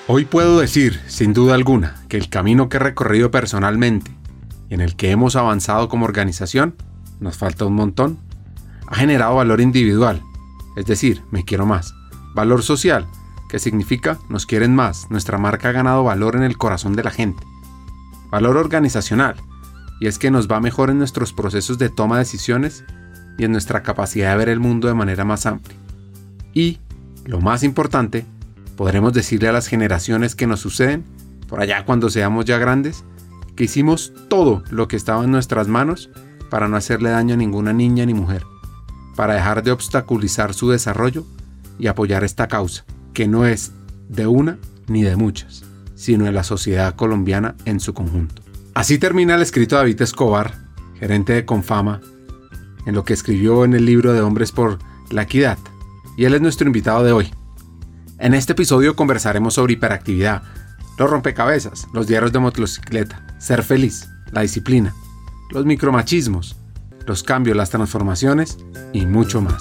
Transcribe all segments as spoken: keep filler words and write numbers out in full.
Hoy puedo decir, sin duda alguna, que el camino que he recorrido personalmente y en el que hemos avanzado como organización, nos falta un montón, ha generado valor individual, es decir, me quiero más. Valor social, que significa nos quieren más, nuestra marca ha ganado valor en el corazón de la gente. Valor organizacional, y es que nos va mejor en nuestros procesos de toma de decisiones y en nuestra capacidad de ver el mundo de manera más amplia. Y, lo más importante, podremos decirle a las generaciones que nos suceden, por allá cuando seamos ya grandes, que hicimos todo lo que estaba en nuestras manos para no hacerle daño a ninguna niña ni mujer, para dejar de obstaculizar su desarrollo y apoyar esta causa, que no es de una ni de muchas, sino de la sociedad colombiana en su conjunto. Así termina el escrito de David Escobar, gerente de Confama, en lo que escribió en el libro de Hombres por la Equidad, y él es nuestro invitado de hoy. En este episodio conversaremos sobre hiperactividad, los rompecabezas, los diarios de motocicleta, ser feliz, la disciplina, los micromachismos, los cambios, las transformaciones y mucho más.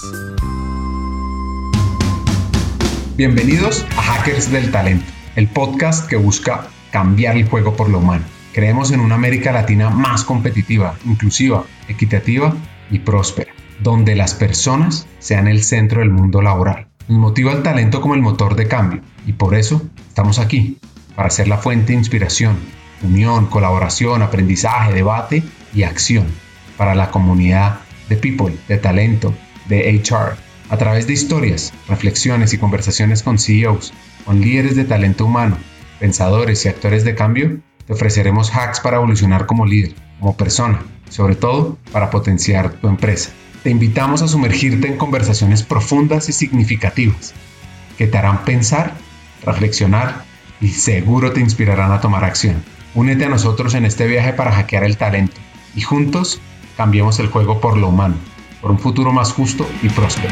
Bienvenidos a Hackers del Talento, el podcast que busca cambiar el juego por lo humano. Creemos en una América Latina más competitiva, inclusiva, equitativa y próspera, donde las personas sean el centro del mundo laboral. Nos motiva el talento como el motor de cambio y por eso estamos aquí, para ser la fuente de inspiración, unión, colaboración, aprendizaje, debate y acción para la comunidad de people, de talento, de H R. A través de historias, reflexiones y conversaciones con C E Os, con líderes de talento humano, pensadores y actores de cambio, te ofreceremos hacks para evolucionar como líder, como persona, y sobre todo para potenciar tu empresa. Te invitamos a sumergirte en conversaciones profundas y significativas que te harán pensar, reflexionar y seguro te inspirarán a tomar acción. Únete a nosotros en este viaje para hackear el talento y juntos cambiemos el juego por lo humano, por un futuro más justo y próspero.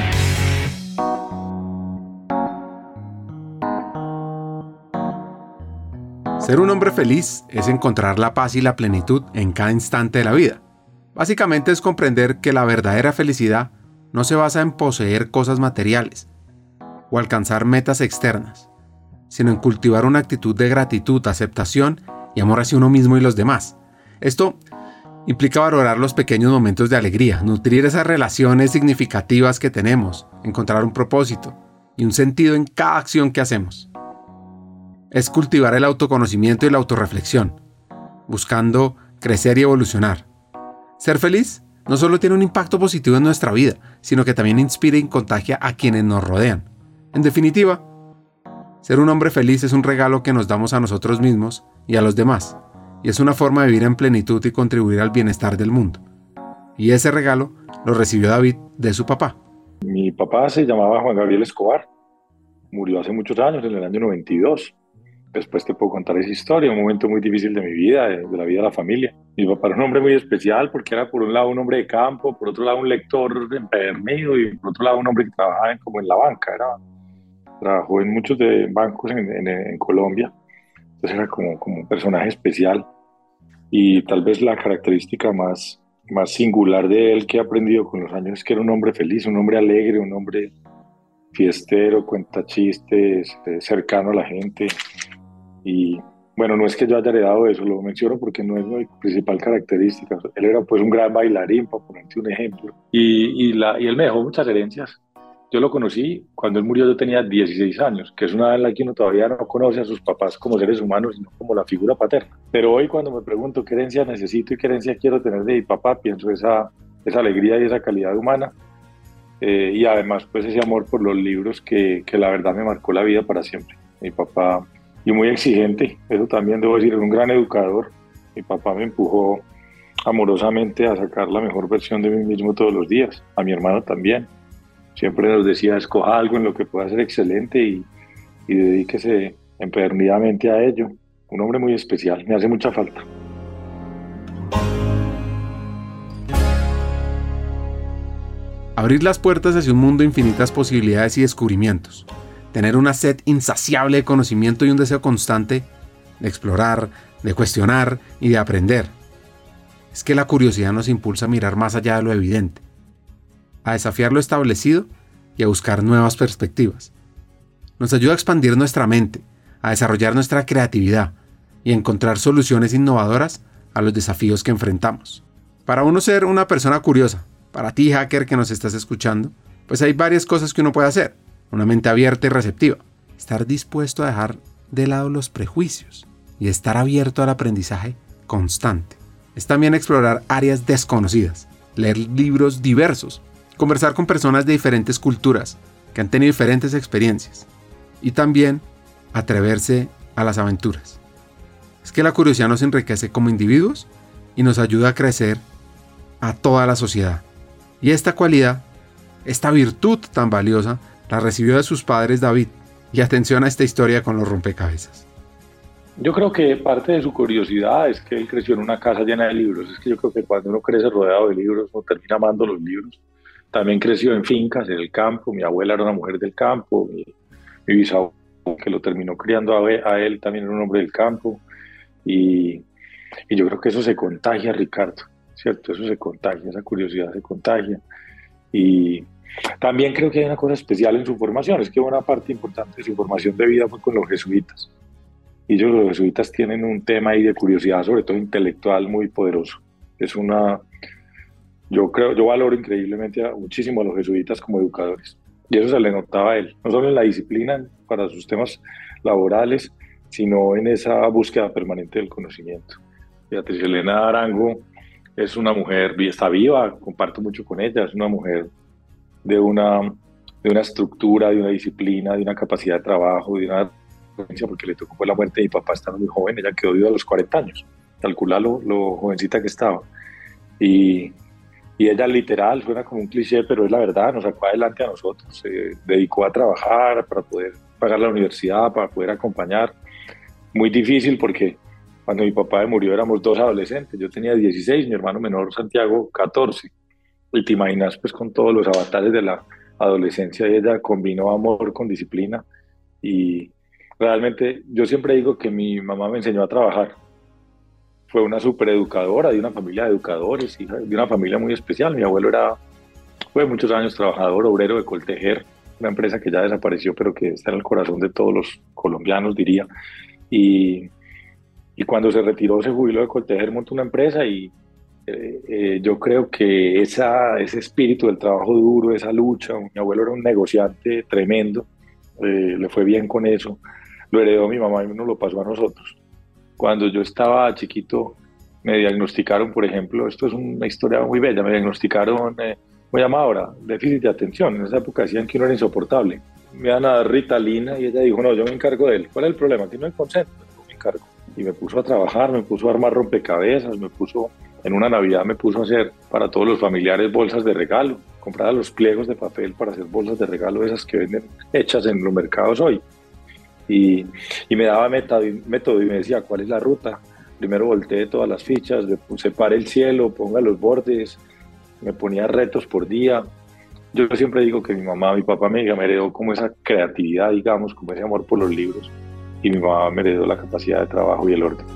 Ser un hombre feliz es encontrar la paz y la plenitud en cada instante de la vida. Básicamente es comprender que la verdadera felicidad no se basa en poseer cosas materiales o alcanzar metas externas, sino en cultivar una actitud de gratitud, aceptación y amor hacia uno mismo y los demás. Esto implica valorar los pequeños momentos de alegría, nutrir esas relaciones significativas que tenemos, encontrar un propósito y un sentido en cada acción que hacemos. Es cultivar el autoconocimiento y la autorreflexión, buscando crecer y evolucionar. Ser feliz no solo tiene un impacto positivo en nuestra vida, sino que también inspira y contagia a quienes nos rodean. En definitiva, ser un hombre feliz es un regalo que nos damos a nosotros mismos y a los demás, y es una forma de vivir en plenitud y contribuir al bienestar del mundo. Y ese regalo lo recibió David de su papá. Mi papá se llamaba Juan Gabriel Escobar, murió hace muchos años, en el año noventa y dos. Después te puedo contar esa historia, un momento muy difícil de mi vida, de, de la vida de la familia. Mi papá era un hombre muy especial porque era por un lado un hombre de campo, por otro lado un lector empedernido y por otro lado un hombre que trabajaba en, como en la banca. Era, trabajó en muchos de bancos en, en, en Colombia, entonces era como, como un personaje especial. Y tal vez la característica más, más singular de él que he aprendido con los años es que era un hombre feliz, un hombre alegre, un hombre fiestero, cuenta chistes, cercano a la gente. Y bueno, no es que yo haya heredado eso, lo menciono porque no es mi principal característica. Él era pues un gran bailarín, para ponerte un ejemplo. Y, y, la, y él me dejó muchas herencias. Yo lo conocí cuando él murió, yo tenía dieciséis años, que es una edad en la que uno todavía no conoce a sus papás como seres humanos, sino como la figura paterna. Pero hoy cuando me pregunto qué herencia necesito y qué herencia quiero tener de mi papá, pienso esa, esa alegría y esa calidad humana. Eh, y además pues ese amor por los libros que, que la verdad me marcó la vida para siempre. Mi papá... Y muy exigente, eso también debo decir, era un gran educador. Mi papá me empujó amorosamente a sacar la mejor versión de mí mismo todos los días, a mi hermano también. Siempre nos decía, escoja algo en lo que pueda ser excelente y, y dedíquese empedernidamente a ello. Un hombre muy especial, me hace mucha falta. Abrir las puertas hacia un mundo de infinitas posibilidades y descubrimientos. Tener una sed insaciable de conocimiento y un deseo constante de explorar, de cuestionar y de aprender. Es que la curiosidad nos impulsa a mirar más allá de lo evidente, a desafiar lo establecido y a buscar nuevas perspectivas. Nos ayuda a expandir nuestra mente, a desarrollar nuestra creatividad y encontrar soluciones innovadoras a los desafíos que enfrentamos. Para uno ser una persona curiosa, para ti hacker que nos estás escuchando, pues hay varias cosas que uno puede hacer. Una mente abierta y receptiva, estar dispuesto a dejar de lado los prejuicios y estar abierto al aprendizaje constante. Es también explorar áreas desconocidas, leer libros diversos, conversar con personas de diferentes culturas que han tenido diferentes experiencias y también atreverse a las aventuras. Es que la curiosidad nos enriquece como individuos y nos ayuda a crecer a toda la sociedad. Y esta cualidad, esta virtud tan valiosa, la recibió de sus padres David. Y atención a esta historia con los rompecabezas. Yo creo que parte de su curiosidad es que él creció en una casa llena de libros. Es que yo creo que cuando uno crece rodeado de libros, uno termina amando los libros. También creció en fincas, en el campo. Mi abuela era una mujer del campo. Mi, mi bisabuelo, que lo terminó criando a, a él, también era un hombre del campo. Y, y yo creo que eso se contagia, Ricardo, ¿cierto? Eso se contagia, esa curiosidad se contagia. Y también creo que hay una cosa especial en su formación, es que una parte importante de su formación de vida fue con los jesuitas. Y ellos, los jesuitas, tienen un tema ahí de curiosidad, sobre todo intelectual, muy poderoso. Es una, yo creo, yo valoro increíblemente a, muchísimo a los jesuitas como educadores. Y eso se le notaba a él, no solo en la disciplina para sus temas laborales, sino en esa búsqueda permanente del conocimiento. Beatriz Elena Arango es una mujer, está viva, comparto mucho con ella, es una mujer de una, de una estructura, de una disciplina, de una capacidad de trabajo, de una porque le tocó la muerte de mi papá estando muy joven, ella quedó viva a los cuarenta años, calcula lo, lo jovencita que estaba. Y, y ella literal, suena como un cliché, pero es la verdad, nos sacó adelante a nosotros, se dedicó a trabajar para poder pagar la universidad, para poder acompañar. Muy difícil porque cuando mi papá murió éramos dos adolescentes, yo tenía dieciséis, mi hermano menor Santiago catorce. Y te imaginas pues con todos los avatares de la adolescencia, ella combinó amor con disciplina y realmente yo siempre digo que mi mamá me enseñó a trabajar. Fue una supereducadora de una familia de educadores, hija de una familia muy especial. Mi abuelo era, fue muchos años trabajador, obrero de Coltejer, una empresa que ya desapareció pero que está en el corazón de todos los colombianos, diría. Y, y cuando se retiró, se jubiló de Coltejer, montó una empresa y Eh, eh, yo creo que esa, ese espíritu del trabajo duro, esa lucha, mi abuelo era un negociante tremendo, eh, le fue bien con eso, lo heredó mi mamá y nos lo pasó a nosotros. Cuando yo estaba chiquito me diagnosticaron, por ejemplo, esto es una historia muy bella, me diagnosticaron, eh, ¿cómo se llama ahora? Déficit de atención. En esa época decían que uno era insoportable. Me iban a dar Ritalina y ella dijo, no, yo me encargo de él. ¿Cuál es el problema? Que no hay consenso, yo me encargo. Y me puso a trabajar, me puso a armar rompecabezas, me puso... En una Navidad me puso a hacer para todos los familiares bolsas de regalo, compraba los pliegos de papel para hacer bolsas de regalo, esas que venden hechas en los mercados hoy. Y, y me daba método, método y me decía, ¿cuál es la ruta? Primero volteé todas las fichas, separe el cielo, ponga los bordes, me ponía retos por día. Yo siempre digo que mi mamá, mi papá me, me heredó como esa creatividad, digamos, como ese amor por los libros, y mi mamá me heredó la capacidad de trabajo y el orden.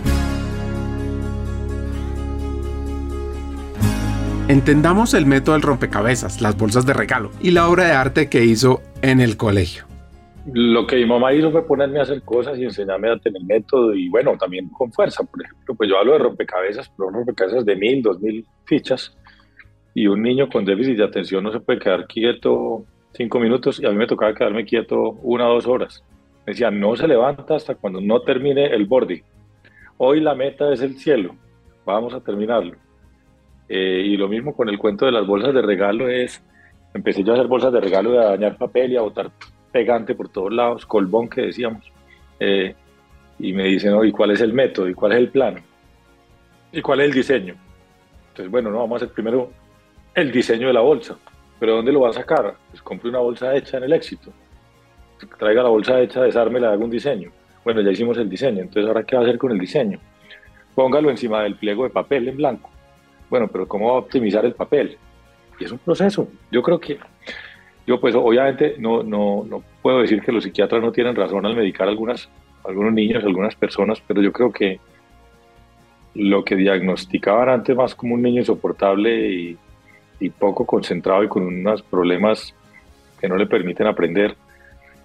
Entendamos el método del rompecabezas, las bolsas de regalo y la obra de arte que hizo en el colegio. Lo que mi mamá hizo fue ponerme a hacer cosas y enseñarme a tener método y bueno, también con fuerza. Por ejemplo, pues yo hablo de rompecabezas, pero rompecabezas de mil, dos mil fichas y un niño con déficit de atención no se puede quedar quieto cinco minutos y a mí me tocaba quedarme quieto una o dos horas. Me decía, no se levanta hasta cuando no termine el borde. Hoy la meta es el cielo, vamos a terminarlo. Eh, y lo mismo con el cuento de las bolsas de regalo es, empecé yo a hacer bolsas de regalo y a dañar papel y a botar pegante por todos lados, colbón que decíamos, eh, y me dicen, oh, ¿y cuál es el método? ¿Y cuál es el plan? ¿Y cuál es el diseño? Entonces, bueno, no, vamos a hacer primero el diseño de la bolsa, pero ¿dónde lo va a sacar? Pues compre una bolsa hecha en el Éxito, traiga la bolsa hecha, desármela, haga un diseño. Bueno, ya hicimos el diseño, entonces ¿ahora qué va a hacer con el diseño? Póngalo encima del pliego de papel en blanco. Bueno, pero ¿cómo va a optimizar el papel? Y es un proceso. Yo creo que, yo pues obviamente no, no, no puedo decir que los psiquiatras no tienen razón al medicar a algunas, algunos niños, algunas personas, pero yo creo que lo que diagnosticaban antes más como un niño insoportable y, y poco concentrado y con unos problemas que no le permiten aprender,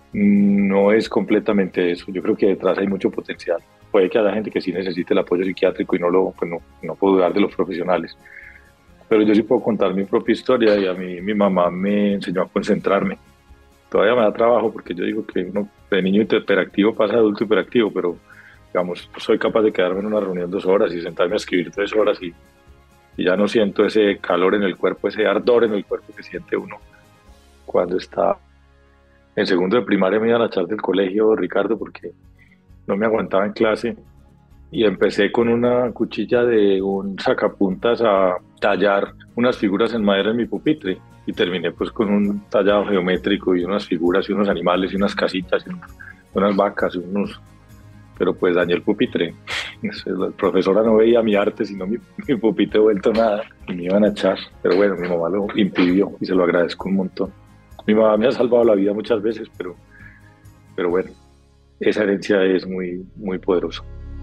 No es completamente eso. Yo creo que detrás hay mucho potencial. Puede que haya gente que sí necesite el apoyo psiquiátrico y no lo, pues no, no puedo dudar de los profesionales. Pero yo sí puedo contar mi propia historia y a mí mi mamá me enseñó a concentrarme. Todavía me da trabajo porque yo digo que uno de niño hiperactivo pasa a adulto hiperactivo, pero digamos, soy capaz de quedarme en una reunión dos horas y sentarme a escribir tres horas y, y ya no siento ese calor en el cuerpo, ese ardor en el cuerpo que siente uno cuando está en segundo de primaria. Me iban a echar del colegio, Ricardo, porque no me aguantaba en clase y empecé con una cuchilla de un sacapuntas a tallar unas figuras en madera en mi pupitre y terminé pues con un tallado geométrico y unas figuras y unos animales y unas casitas y unas vacas y unos... pero pues dañé el pupitre. La profesora no veía mi arte, sino mi, mi pupitre vuelto nada y me iban a echar, pero bueno, mi mamá lo impidió y se lo agradezco un montón. Mi mamá me ha salvado la vida muchas veces, pero, pero bueno, esa herencia es muy, muy poderosa.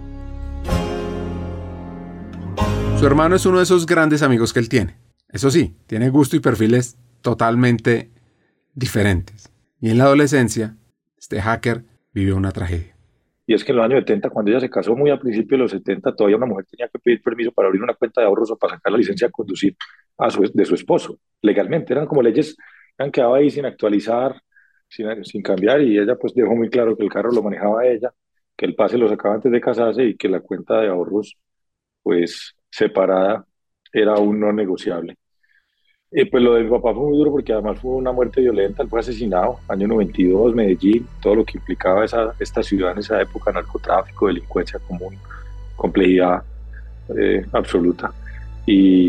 Su hermano es uno de esos grandes amigos que él tiene. Eso sí, tiene gusto y perfiles totalmente diferentes. Y en la adolescencia, este hacker vivió una tragedia. Y es que en los años setenta, cuando ella se casó, muy al principio de los setenta, todavía una mujer tenía que pedir permiso para abrir una cuenta de ahorros o para sacar la licencia de conducir a su, de su esposo, legalmente. Eran como leyes que han quedado ahí sin actualizar, sin, sin cambiar, y ella pues dejó muy claro que el carro lo manejaba ella, que el pase lo sacaba antes de casarse y que la cuenta de ahorros, pues separada, era aún no negociable. Y pues lo de mi papá fue muy duro porque además fue una muerte violenta, él fue asesinado, año noventa y dos, Medellín, todo lo que implicaba esa, esta ciudad en esa época, narcotráfico, delincuencia común, complejidad eh, absoluta. Y,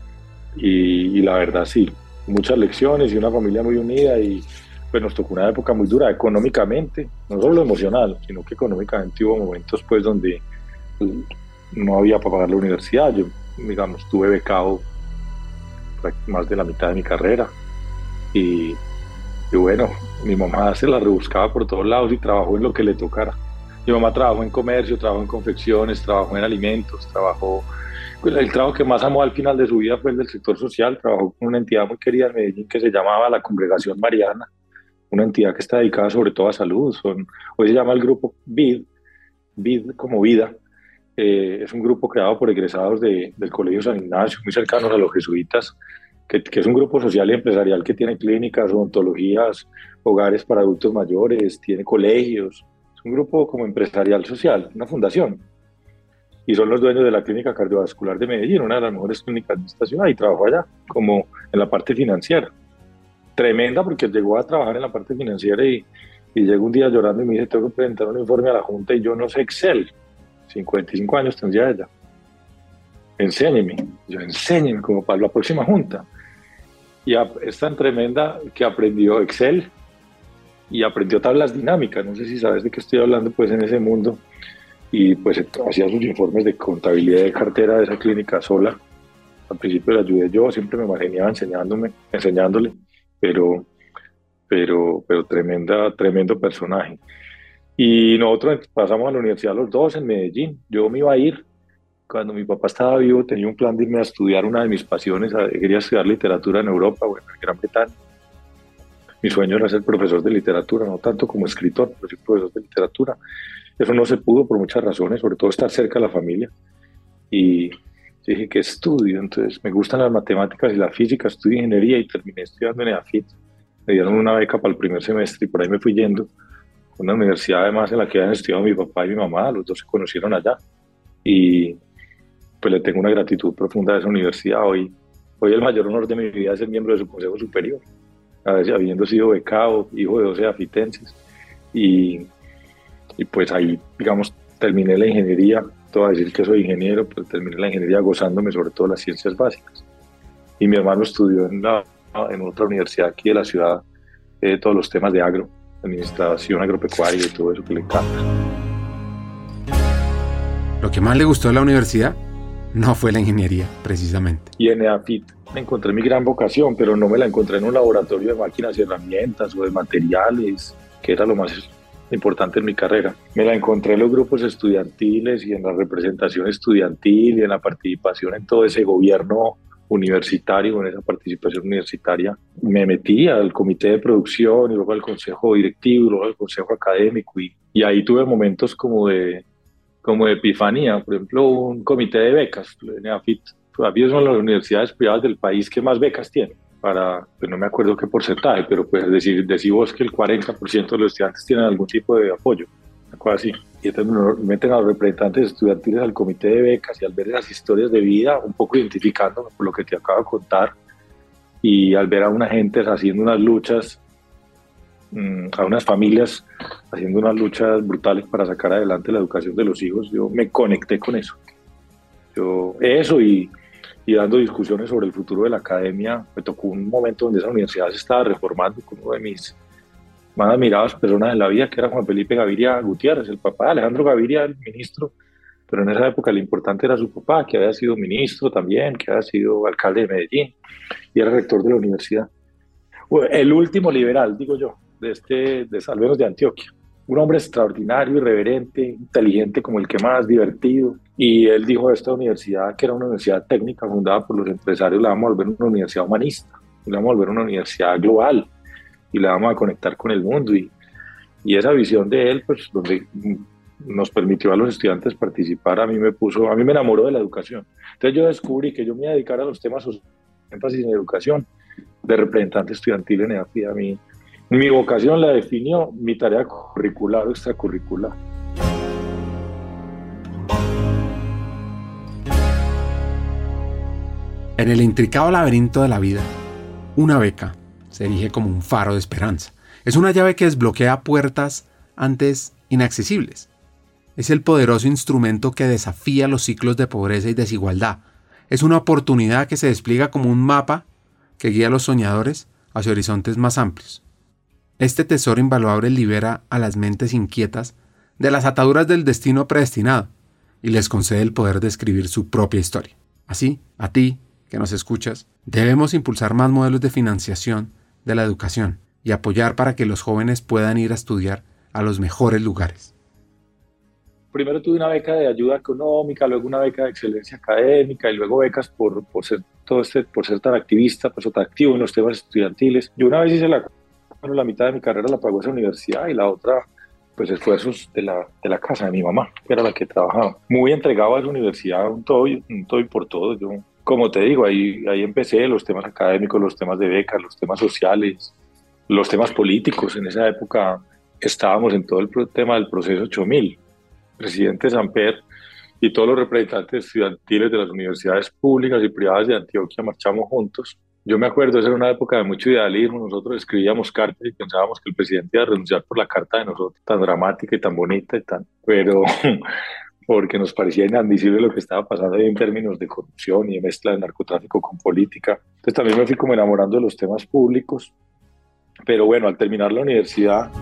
y, y la verdad sí, muchas lecciones y una familia muy unida y pues nos tocó una época muy dura económicamente, no solo emocional, sino que económicamente hubo momentos pues donde no había para pagar la universidad. Yo, digamos, tuve becado más de la mitad de mi carrera y, y bueno, mi mamá se la rebuscaba por todos lados y trabajó en lo que le tocara. Mi mamá trabajó en comercio, trabajó en confecciones, trabajó en alimentos, trabajó, pues el trabajo que más amó al final de su vida fue el del sector social. Trabajó con una entidad muy querida en Medellín que se llamaba la Congregación Mariana, una entidad que está dedicada sobre todo a salud. Son, hoy se llama el grupo V I D, V I D como vida. Eh, es un grupo creado por egresados de, del Colegio San Ignacio, muy cercanos a los jesuitas, que, que es un grupo social y empresarial que tiene clínicas, odontologías, hogares para adultos mayores, tiene colegios. Es un grupo como empresarial social, una fundación. Y son los dueños de la Clínica Cardiovascular de Medellín, una de las mejores clínicas de esta ciudad, y trabajó allá como en la parte financiera. Tremenda, porque llegó a trabajar en la parte financiera y, y llegó un día llorando y me dice: tengo que presentar un informe a la Junta y yo no sé Excel. cincuenta y cinco años tendría ella. Enséñeme. Yo, enséñeme como para la próxima junta. Y es tan tremenda que aprendió Excel y aprendió tablas dinámicas. No sé si sabes de qué estoy hablando, pues en ese mundo. Y pues hacía sus informes de contabilidad de cartera de esa clínica sola. Al principio la ayudé yo, siempre me imaginaba enseñándome, enseñándole, pero, pero, pero tremenda, tremendo personaje. Y nosotros pasamos a la universidad los dos en Medellín. Yo me iba a ir, cuando mi papá estaba vivo, tenía un plan de irme a estudiar una de mis pasiones. Quería estudiar literatura en Europa, bueno, en Gran Bretaña. Mi sueño era ser profesor de literatura, no tanto como escritor, pero sí profesor de literatura. Eso no se pudo por muchas razones, sobre todo estar cerca de la familia. Y dije, ¿qué estudio? Entonces, me gustan las matemáticas y la física, estudio ingeniería y terminé estudiando en EAFIT. Me dieron una beca para el primer semestre y por ahí me fui yendo. Una universidad además en la que habían estudiado mi papá y mi mamá, los dos se conocieron allá. Y pues le tengo una gratitud profunda a esa universidad. Hoy, hoy el mayor honor de mi vida es ser miembro de su consejo superior, habiendo sido becado, hijo de doce afitenses. Y, y pues ahí, digamos, terminé la ingeniería. Te voy a decir que soy ingeniero, pero terminé la ingeniería gozándome sobre todo las ciencias básicas. Y mi hermano estudió en, la, en otra universidad aquí de la ciudad, eh, todos los temas de agro, administración agropecuaria y todo eso que le encanta. Lo que más le gustó de la universidad no fue la ingeniería, precisamente. Y en EAFIT me encontré mi gran vocación, pero no me la encontré en un laboratorio de máquinas y herramientas o de materiales, que era lo más importante en mi carrera. Me la encontré en los grupos estudiantiles y en la representación estudiantil y en la participación en todo ese gobierno universitario, en esa participación universitaria, me metí al comité de producción y luego al consejo directivo y luego al consejo académico y, y ahí tuve momentos como de, como de epifanía. Por ejemplo, un comité de becas, NEAFIT. Todavía son las universidades privadas del país que más becas tienen. Para, pues no me acuerdo qué porcentaje, pero pues decir, decir vos que el cuarenta por ciento de los estudiantes tienen algún tipo de apoyo, una cosa así. Y entonces nos meten a los representantes estudiantiles al comité de becas y al ver esas historias de vida, un poco identificándome por lo que te acabo de contar, y al ver a una gente haciendo unas luchas, mmm, a unas familias haciendo unas luchas brutales para sacar adelante la educación de los hijos, yo me conecté con eso. Yo, eso y y dando discusiones sobre el futuro de la academia, me tocó un momento donde esa universidad se estaba reformando con uno de mis más admiradas personas en la vida, que era Juan Felipe Gaviria Gutiérrez, el papá de Alejandro Gaviria, el ministro, pero en esa época lo importante era su papá, que había sido ministro también, que había sido alcalde de Medellín y era rector de la universidad. El último liberal, digo yo, de, este, de al menos de Antioquia. Un hombre extraordinario, irreverente, inteligente como el que más, divertido. Y él dijo a esta universidad, que era una universidad técnica fundada por los empresarios, la vamos a volver una universidad humanista, la vamos a volver una universidad global y la vamos a conectar con el mundo. Y, y esa visión de él, pues donde nos permitió a los estudiantes participar, a mí me puso, a mí me enamoró de la educación. Entonces yo descubrí que yo me iba a dedicar a los temas sociales, énfasis en educación, de representante estudiantil en EAFIT. A mí, mi vocación la definió mi tarea curricular o extracurricular. En el intricado laberinto de la vida, una beca se erige como un faro de esperanza. Es una llave que desbloquea puertas antes inaccesibles. Es el poderoso instrumento que desafía los ciclos de pobreza y desigualdad. Es una oportunidad que se despliega como un mapa que guía a los soñadores hacia horizontes más amplios. Este tesoro invaluable libera a las mentes inquietas de las ataduras del destino predestinado y les concede el poder de escribir su propia historia. Así, a ti, que nos escuchas, debemos impulsar más modelos de financiación de la educación y apoyar para que los jóvenes puedan ir a estudiar a los mejores lugares. Primero tuve una beca de ayuda económica, luego una beca de excelencia académica y luego becas por, por, ser, todo este, por ser tan activista, pues tan activo en los temas estudiantiles. Yo una vez hice la, bueno, la mitad de mi carrera la pagó esa universidad y la otra pues esfuerzos de la, de la casa de mi mamá, que era la que trabajaba. Muy entregado a esa universidad, un todo, un todo y por todo. Yo, como te digo, ahí, ahí empecé los temas académicos, los temas de becas, los temas sociales, los temas políticos. En esa época estábamos en todo el tema del proceso ocho mil. Presidente Samper y todos los representantes estudiantiles de las universidades públicas y privadas de Antioquia marchamos juntos. Yo me acuerdo, esa era una época de mucho idealismo. Nosotros escribíamos cartas y pensábamos que el presidente iba a renunciar por la carta de nosotros, tan dramática y tan bonita y tan, pero porque nos parecía inadmisible lo que estaba pasando ahí en términos de corrupción y de mezcla de narcotráfico con política. Entonces también me fui como enamorando de los temas públicos. Pero bueno, al terminar la universidad...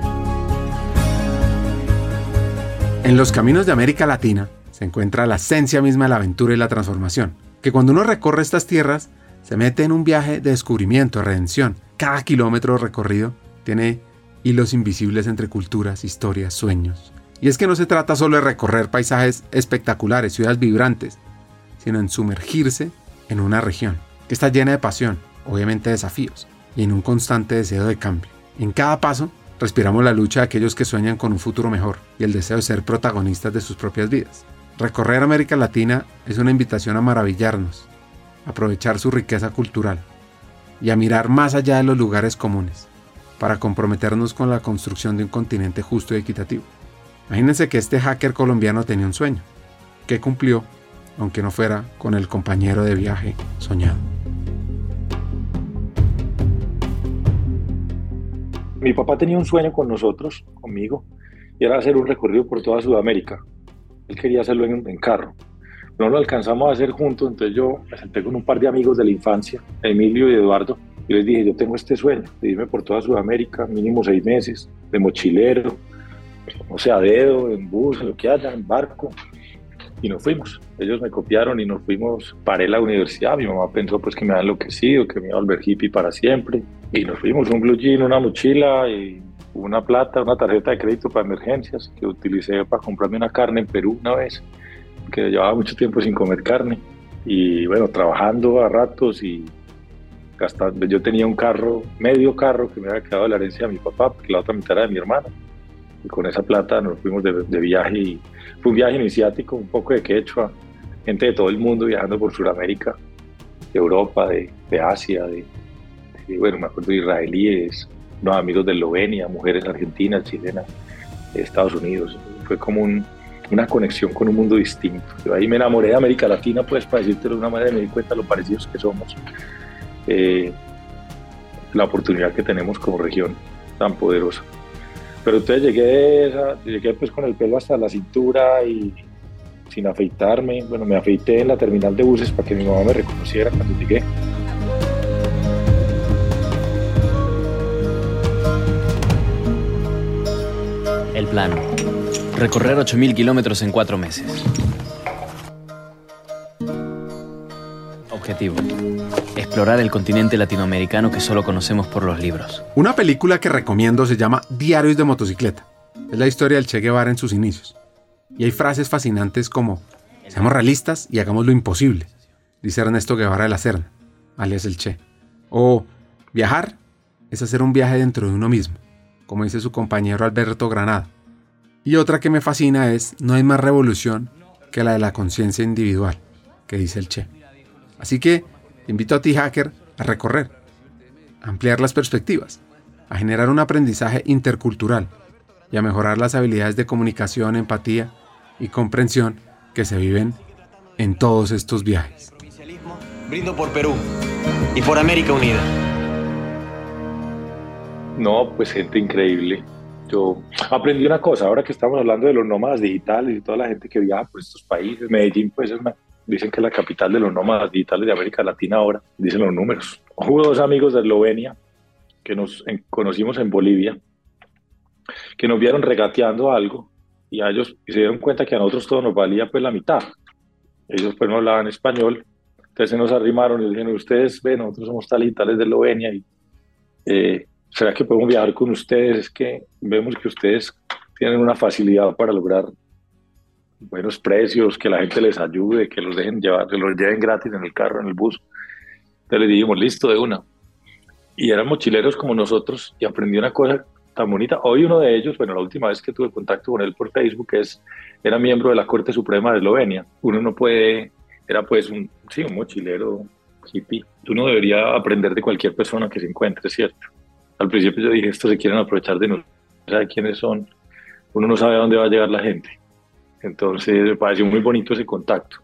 En los caminos de América Latina se encuentra la esencia misma de la aventura y la transformación, que cuando uno recorre estas tierras se mete en un viaje de descubrimiento, de redención. Cada kilómetro recorrido tiene hilos invisibles entre culturas, historias, sueños. Y es que no se trata solo de recorrer paisajes espectaculares, ciudades vibrantes, sino en sumergirse en una región que está llena de pasión, obviamente de desafíos, y en un constante deseo de cambio. En cada paso respiramos la lucha de aquellos que sueñan con un futuro mejor y el deseo de ser protagonistas de sus propias vidas. Recorrer América Latina es una invitación a maravillarnos, a aprovechar su riqueza cultural y a mirar más allá de los lugares comunes para comprometernos con la construcción de un continente justo y equitativo. Imagínense que este hacker colombiano tenía un sueño, que cumplió, aunque no fuera con el compañero de viaje soñado. Mi papá tenía un sueño con nosotros, conmigo, y era hacer un recorrido por toda Sudamérica. Él quería hacerlo en, en carro. No lo alcanzamos a hacer juntos, entonces yo me senté con un par de amigos de la infancia, Emilio y Eduardo, y les dije, yo tengo este sueño de irme por toda Sudamérica, mínimo seis meses, de mochilero, o sea, a dedo, en bus, en lo que haya, en barco, y nos fuimos. Ellos me copiaron y nos fuimos. Paré la universidad, mi mamá pensó pues que me había enloquecido, que me iba a volver hippie para siempre, y nos fuimos, un blue jean, una mochila y una plata, una tarjeta de crédito para emergencias que utilicé para comprarme una carne en Perú una vez, que llevaba mucho tiempo sin comer carne. y bueno, trabajando a ratos y gastando. Yo tenía un carro, medio carro que me había quedado de la herencia de mi papá, porque la otra mitad era de mi hermana. Y con esa plata nos fuimos de, de viaje y fue un viaje iniciático, un poco de quechua, gente de todo el mundo viajando por Sudamérica, de Europa, de, de Asia, de, de, bueno, me acuerdo de israelíes, unos amigos de Eslovenia, mujeres argentinas, chilenas, de Estados Unidos. Fue como un, una conexión con un mundo distinto. Yo ahí me enamoré de América Latina, pues para decirte de una manera, me di cuenta de lo parecidos que somos. Eh, la oportunidad que tenemos como región tan poderosa. Pero entonces llegué, esa, llegué pues con el pelo hasta la cintura y sin afeitarme. Bueno, me afeité en la terminal de buses para que mi mamá me reconociera cuando llegué. El plan: recorrer ocho mil kilómetros en cuatro meses. Objetivo: explorar el continente latinoamericano que solo conocemos por los libros. Una película que recomiendo se llama Diarios de motocicleta. Es la historia del Che Guevara en sus inicios. Y hay frases fascinantes como: seamos realistas y hagamos lo imposible, dice Ernesto Guevara de la Serna, alias el Che. O viajar es hacer un viaje dentro de uno mismo, como dice su compañero Alberto Granada. Y otra que me fascina es: no hay más revolución que la de la conciencia individual, que dice el Che. Así que te invito a ti, hacker, a recorrer, a ampliar las perspectivas, a generar un aprendizaje intercultural y a mejorar las habilidades de comunicación, empatía y comprensión que se viven en todos estos viajes. Brindo por Perú y por América Unida. No, pues gente increíble. Yo aprendí una cosa, ahora que estamos hablando de los nómadas digitales y toda la gente que viaja por estos países. Medellín, pues, es una, dicen que es la capital de los nómadas digitales de América Latina ahora, dicen los números. Hubo dos amigos de Eslovenia que nos en, conocimos en Bolivia, que nos vieron regateando algo y a ellos y se dieron cuenta que a nosotros todo nos valía pues la mitad. Ellos pues no hablaban español, entonces se nos arrimaron y dijeron: ustedes ven, nosotros somos tal y tales de Eslovenia y eh, ¿será que podemos viajar con ustedes? Es que vemos que ustedes tienen una facilidad para lograr buenos precios, que la gente les ayude, que los dejen llevar, que los lleven gratis en el carro, en el bus. Entonces les dijimos: listo, de una. Y eran mochileros como nosotros y aprendí una cosa tan bonita. Hoy uno de ellos, bueno, la última vez que tuve contacto con él por Facebook, es, era miembro de la Corte Suprema de Eslovenia. Uno no puede, era pues un, sí, un mochilero hippie. Uno debería aprender de cualquier persona que se encuentre, ¿cierto? Al principio yo dije: estos se quieren aprovechar de nosotros, no sabe quiénes son, uno no sabe a dónde va a llegar la gente. Entonces me pareció muy bonito ese contacto.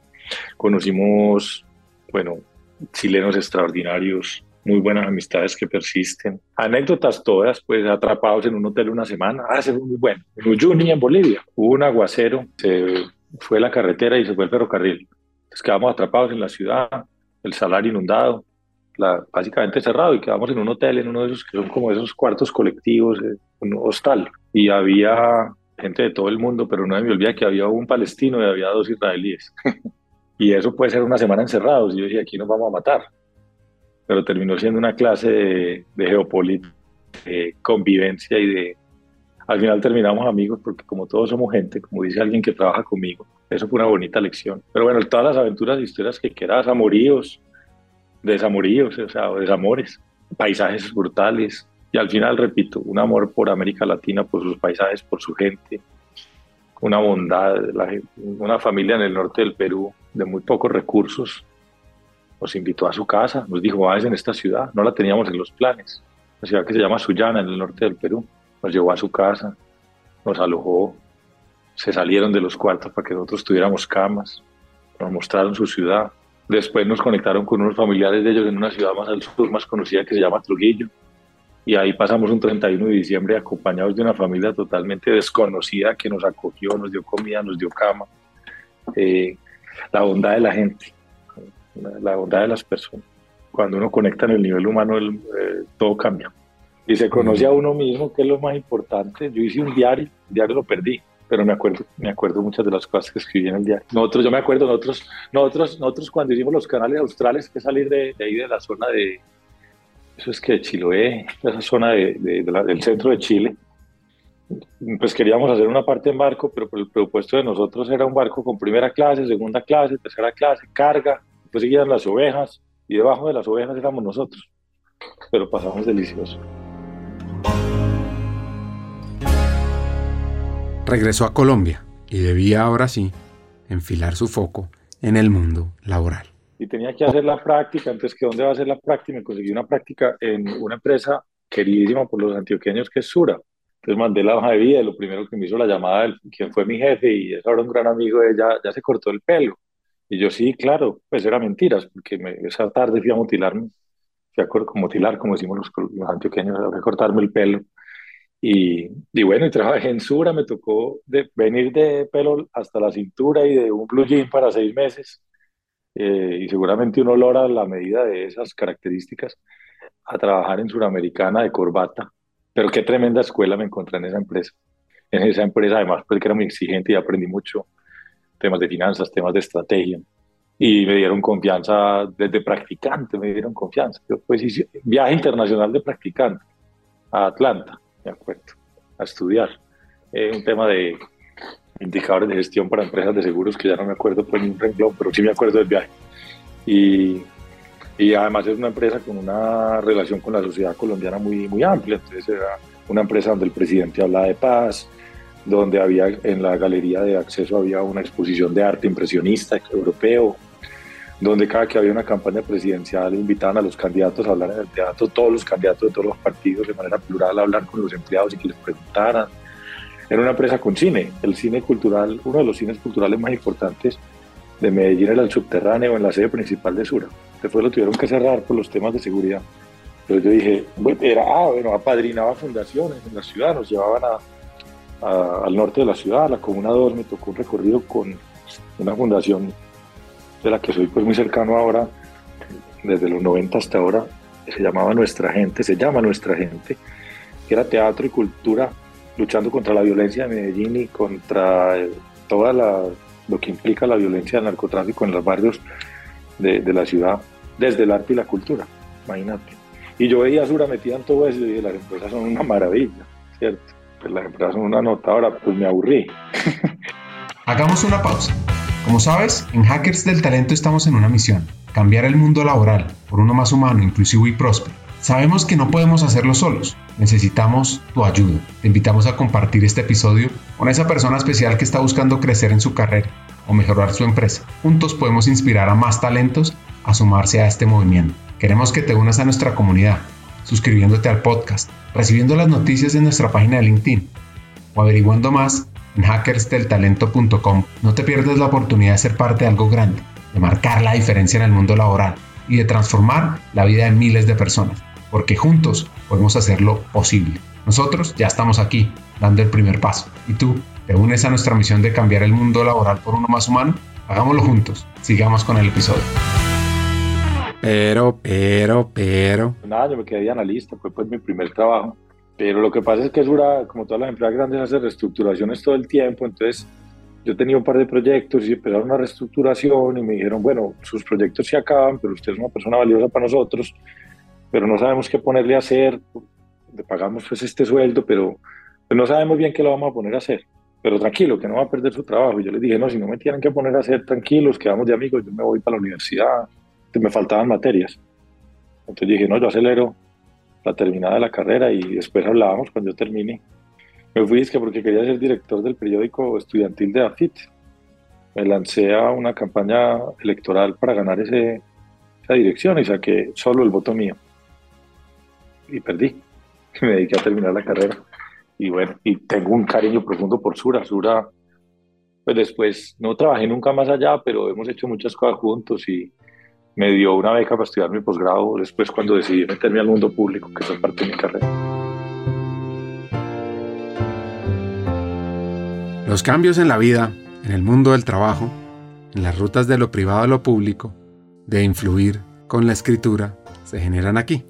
Conocimos, bueno, chilenos extraordinarios, muy buenas amistades que persisten. Anécdotas todas, pues atrapados en un hotel una semana. Ah, ese fue muy bueno. En Uyuni, en Bolivia, hubo un aguacero, se fue la carretera y se fue el ferrocarril. Entonces quedamos atrapados en la ciudad, el Salar inundado, la, básicamente cerrado, y quedamos en un hotel, en uno de esos que son como esos cuartos colectivos, eh, un hostal. Y había gente de todo el mundo, pero no me olvida que había un palestino y había dos israelíes. Y eso puede ser una semana encerrados. Y yo dije: aquí nos vamos a matar. Pero terminó siendo una clase de, de geopolítica, de convivencia y de... Al final terminamos amigos porque como todos somos gente, como dice alguien que trabaja conmigo, eso fue una bonita lección. Pero bueno, todas las aventuras y historias que quieras, amoríos, desamoríos, o sea, desamores, paisajes brutales. Y al final, repito, un amor por América Latina, por sus paisajes, por su gente, una bondad, la, una familia en el norte del Perú de muy pocos recursos. Nos invitó a su casa, nos dijo: váyanse en esta ciudad, no la teníamos en los planes, una ciudad que se llama Sullana, en el norte del Perú. Nos llevó a su casa, nos alojó, se salieron de los cuartos para que nosotros tuviéramos camas, nos mostraron su ciudad. Después nos conectaron con unos familiares de ellos en una ciudad más al sur, más conocida, que se llama Trujillo, y ahí pasamos un treinta y uno de diciembre acompañados de una familia totalmente desconocida que nos acogió, nos dio comida, nos dio cama. Eh, la bondad de la gente, la bondad de las personas. Cuando uno conecta en el nivel humano, el, eh, todo cambia. Y se conoce a uno mismo, que es lo más importante. Yo hice un diario, el diario lo perdí, pero me acuerdo, me acuerdo muchas de las cosas que escribí en el diario. Nosotros, yo me acuerdo, nosotros, nosotros, nosotros cuando hicimos los canales australes, que salir de, de ahí de la zona de, eso es que de Chiloé, esa zona de, de, de la, del centro de Chile, pues queríamos hacer una parte en barco, pero el presupuesto de nosotros era un barco con primera clase, segunda clase, tercera clase, carga, después seguían las ovejas y debajo de las ovejas éramos nosotros, pero pasamos delicioso. Regresó a Colombia y debía ahora sí enfilar su foco en el mundo laboral. Y tenía que hacer la práctica, entonces, ¿que dónde va a hacer la práctica? Me conseguí una práctica en una empresa queridísima por los antioqueños que es Sura. Entonces mandé la hoja de vida y lo primero que me hizo la llamada, del, quien fue mi jefe y es ahora un gran amigo de ella, ya se cortó el pelo. Y yo sí, claro, pues era mentiras, porque me, esa tarde fui a mutilarme, fui a cor- mutilar, como decimos los, los antioqueños, fui a cortarme el pelo. Y, y bueno, y trabajé en Sura, me tocó de, venir de pelo hasta la cintura y de un blue jean para seis meses. Eh, y seguramente un olor a la medida de esas características, a trabajar en Suramericana de corbata. Pero qué tremenda escuela me encontré en esa empresa. En esa empresa, además, pues que era muy exigente y aprendí mucho temas de finanzas, temas de estrategia. Y me dieron confianza desde practicante, me dieron confianza. Yo pues hice viaje internacional de practicante a Atlanta, me acuerdo, a estudiar. Eh, un tema de indicadores de gestión para empresas de seguros, que ya no me acuerdo pues ni un renglón, pero sí me acuerdo del viaje. Y, y además es una empresa con una relación con la sociedad colombiana muy, muy amplia, entonces era una empresa donde el presidente hablaba de paz, donde había en la galería de acceso había una exposición de arte impresionista europeo, donde cada que había una campaña presidencial invitaban a los candidatos a hablar en el teatro, todos los candidatos de todos los partidos de manera plural a hablar con los empleados y que les preguntaran. Era una empresa con cine, el cine cultural, uno de los cines culturales más importantes de Medellín era el Subterráneo, en la sede principal de Sura. Después lo tuvieron que cerrar por los temas de seguridad. Pero yo dije, bueno, era, ah, bueno, apadrinaba fundaciones en la ciudad, nos llevaban a, a, al norte de la ciudad, a la Comuna dos, me tocó un recorrido con una fundación de la que soy pues muy cercano ahora, desde los noventa hasta ahora, que se llamaba Nuestra Gente, se llama Nuestra Gente, que era teatro y cultura luchando contra la violencia de Medellín y contra eh, toda la, lo que implica la violencia del narcotráfico en los barrios de, de la ciudad, desde el arte y la cultura, imagínate. Y yo veía a Sura metida en todo eso y dije, las empresas son una maravilla, ¿cierto? Pues las empresas son una nota, ahora pues me aburrí. Hagamos una pausa. Como sabes, en Hackers del Talento estamos en una misión: cambiar el mundo laboral por uno más humano, inclusivo y próspero. Sabemos que no podemos hacerlo solos, necesitamos tu ayuda. Te invitamos a compartir este episodio con esa persona especial que está buscando crecer en su carrera o mejorar su empresa. Juntos podemos inspirar a más talentos a sumarse a este movimiento. Queremos que te unas a nuestra comunidad, suscribiéndote al podcast, recibiendo las noticias en nuestra página de LinkedIn o averiguando más en hackers del talento punto com. No te pierdas la oportunidad de ser parte de algo grande, de marcar la diferencia en el mundo laboral y de transformar la vida de miles de personas, porque juntos podemos hacerlo posible. Nosotros ya estamos aquí, dando el primer paso. ¿Y tú, te unes a nuestra misión de cambiar el mundo laboral por uno más humano? Hagámoslo juntos. Sigamos con el episodio. Pero, pero, pero... Nada, yo me quedé de analista, fue pues mi primer trabajo. Pero lo que pasa es que Sura, como todas las empresas grandes, hace reestructuraciones todo el tiempo. Entonces, yo tenía un par de proyectos y empezaron una reestructuración y me dijeron, bueno, sus proyectos se acaban, pero usted es una persona valiosa para nosotros, pero no sabemos qué ponerle a hacer. Le pagamos pues este sueldo, pero pues no sabemos bien qué lo vamos a poner a hacer. Pero tranquilo, que no va a perder su trabajo. Y yo les dije, no, si no me tienen que poner a hacer, tranquilos, quedamos de amigos, yo me voy para la universidad. Entonces, me faltaban materias. Entonces dije, no, yo acelero la terminada de la carrera y después hablábamos cuando yo termine. Me fui es que porque quería ser director del periódico estudiantil de AFIT. Me lancé a una campaña electoral para ganar ese, esa dirección y saqué solo el voto mío. Y perdí. Me dediqué a terminar la carrera. Y bueno, y tengo un cariño profundo por Sura. Sura, pues después no trabajé nunca más allá, pero hemos hecho muchas cosas juntos y me dio una beca para estudiar mi posgrado después cuando decidí meterme al mundo público, que es parte de mi carrera. Los cambios en la vida, en el mundo del trabajo, en las rutas de lo privado a lo público, de influir con la escritura, se generan aquí.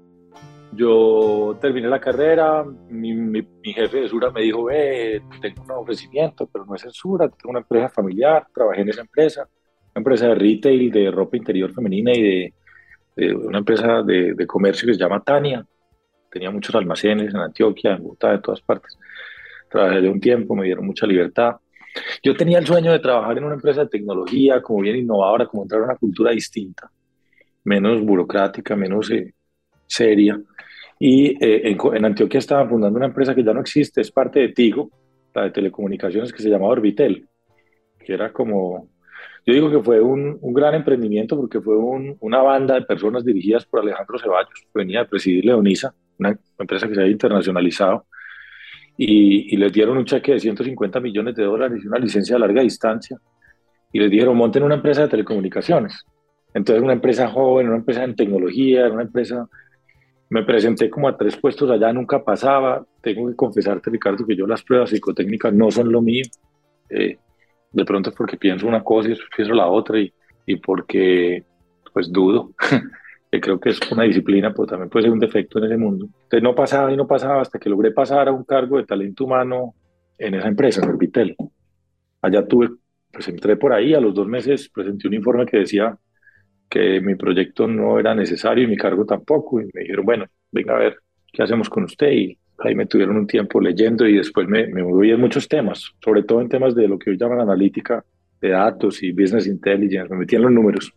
Yo terminé la carrera, mi, mi, mi jefe de Sura me dijo, ve, tengo un ofrecimiento, pero no es en Sura, tengo una empresa familiar, trabajé en esa empresa, una empresa de retail, de ropa interior femenina y de, de una empresa de, de comercio que se llama Tania. Tenía muchos almacenes en Antioquia, en Bogotá, en todas partes. Trabajé de un tiempo, me dieron mucha libertad Yo tenía el sueño de trabajar en una empresa de tecnología, como bien innovadora, como entrar a una cultura distinta, menos burocrática, menos eh, seria. Y eh, en, en Antioquia estaban fundando una empresa que ya no existe, es parte de Tigo, la de telecomunicaciones, que se llamaba Orbitel, que era como, yo digo que fue un, un gran emprendimiento porque fue un, una banda de personas dirigidas por Alejandro Ceballos, que venía de presidir Leonisa, una empresa que se había internacionalizado, y, y les dieron un cheque de ciento cincuenta millones de dólares y una licencia a larga distancia, y les dijeron, monten una empresa de telecomunicaciones. Entonces, una empresa joven, una empresa en tecnología, una empresa... Me presenté como a tres puestos allá, nunca pasaba. Tengo que confesarte, Ricardo, que yo las pruebas psicotécnicas no son lo mío. Eh, de pronto es porque pienso una cosa y después pienso la otra y, y porque pues dudo. Que creo que es una disciplina, pero también puede ser un defecto en ese mundo. Entonces no pasaba y no pasaba hasta que logré pasar a un cargo de talento humano en esa empresa, en Orbitel. Allá tuve, pues entré por ahí, a los dos meses presenté un informe que decía que mi proyecto no era necesario y mi cargo tampoco. Y me dijeron, bueno, venga a ver qué hacemos con usted. Y ahí me tuvieron un tiempo leyendo y después me, me moví en muchos temas, sobre todo en temas de lo que hoy llaman analítica de datos y business intelligence. Me metí en los números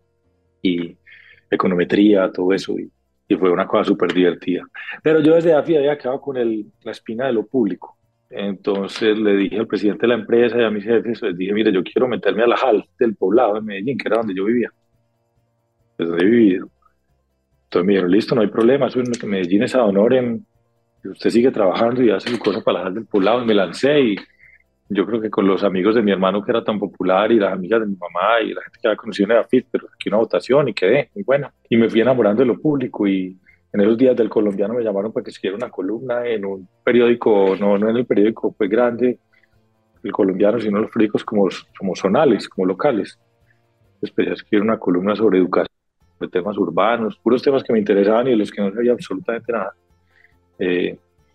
y econometría, todo eso. Y, y fue una cosa súper divertida. Pero yo desde AFI había quedado con el, la espina de lo público. Entonces le dije al presidente de la empresa y a mis jefes, les dije, mire, yo quiero meterme a la J A L del Poblado de Medellín, que era donde yo vivía, donde he vivido. Entonces me dijeron, listo, no hay problema, eso es que Medellín es ad honorem, usted sigue trabajando y hace su cosa para la J A L del Poblado. Y me lancé y yo creo que con los amigos de mi hermano que era tan popular y las amigas de mi mamá y la gente que había conocido en Edafit, pero aquí una votación y quedé, muy buena. Y me fui enamorando de lo público y en esos días del Colombiano me llamaron para que escribiera una columna en un periódico, no, no en el periódico pues grande, el Colombiano, sino en los periódicos como, como zonales, como locales. Después de escribir una columna sobre educación, de temas urbanos, puros temas que me interesaban y de los que no sabía absolutamente nada. Eh,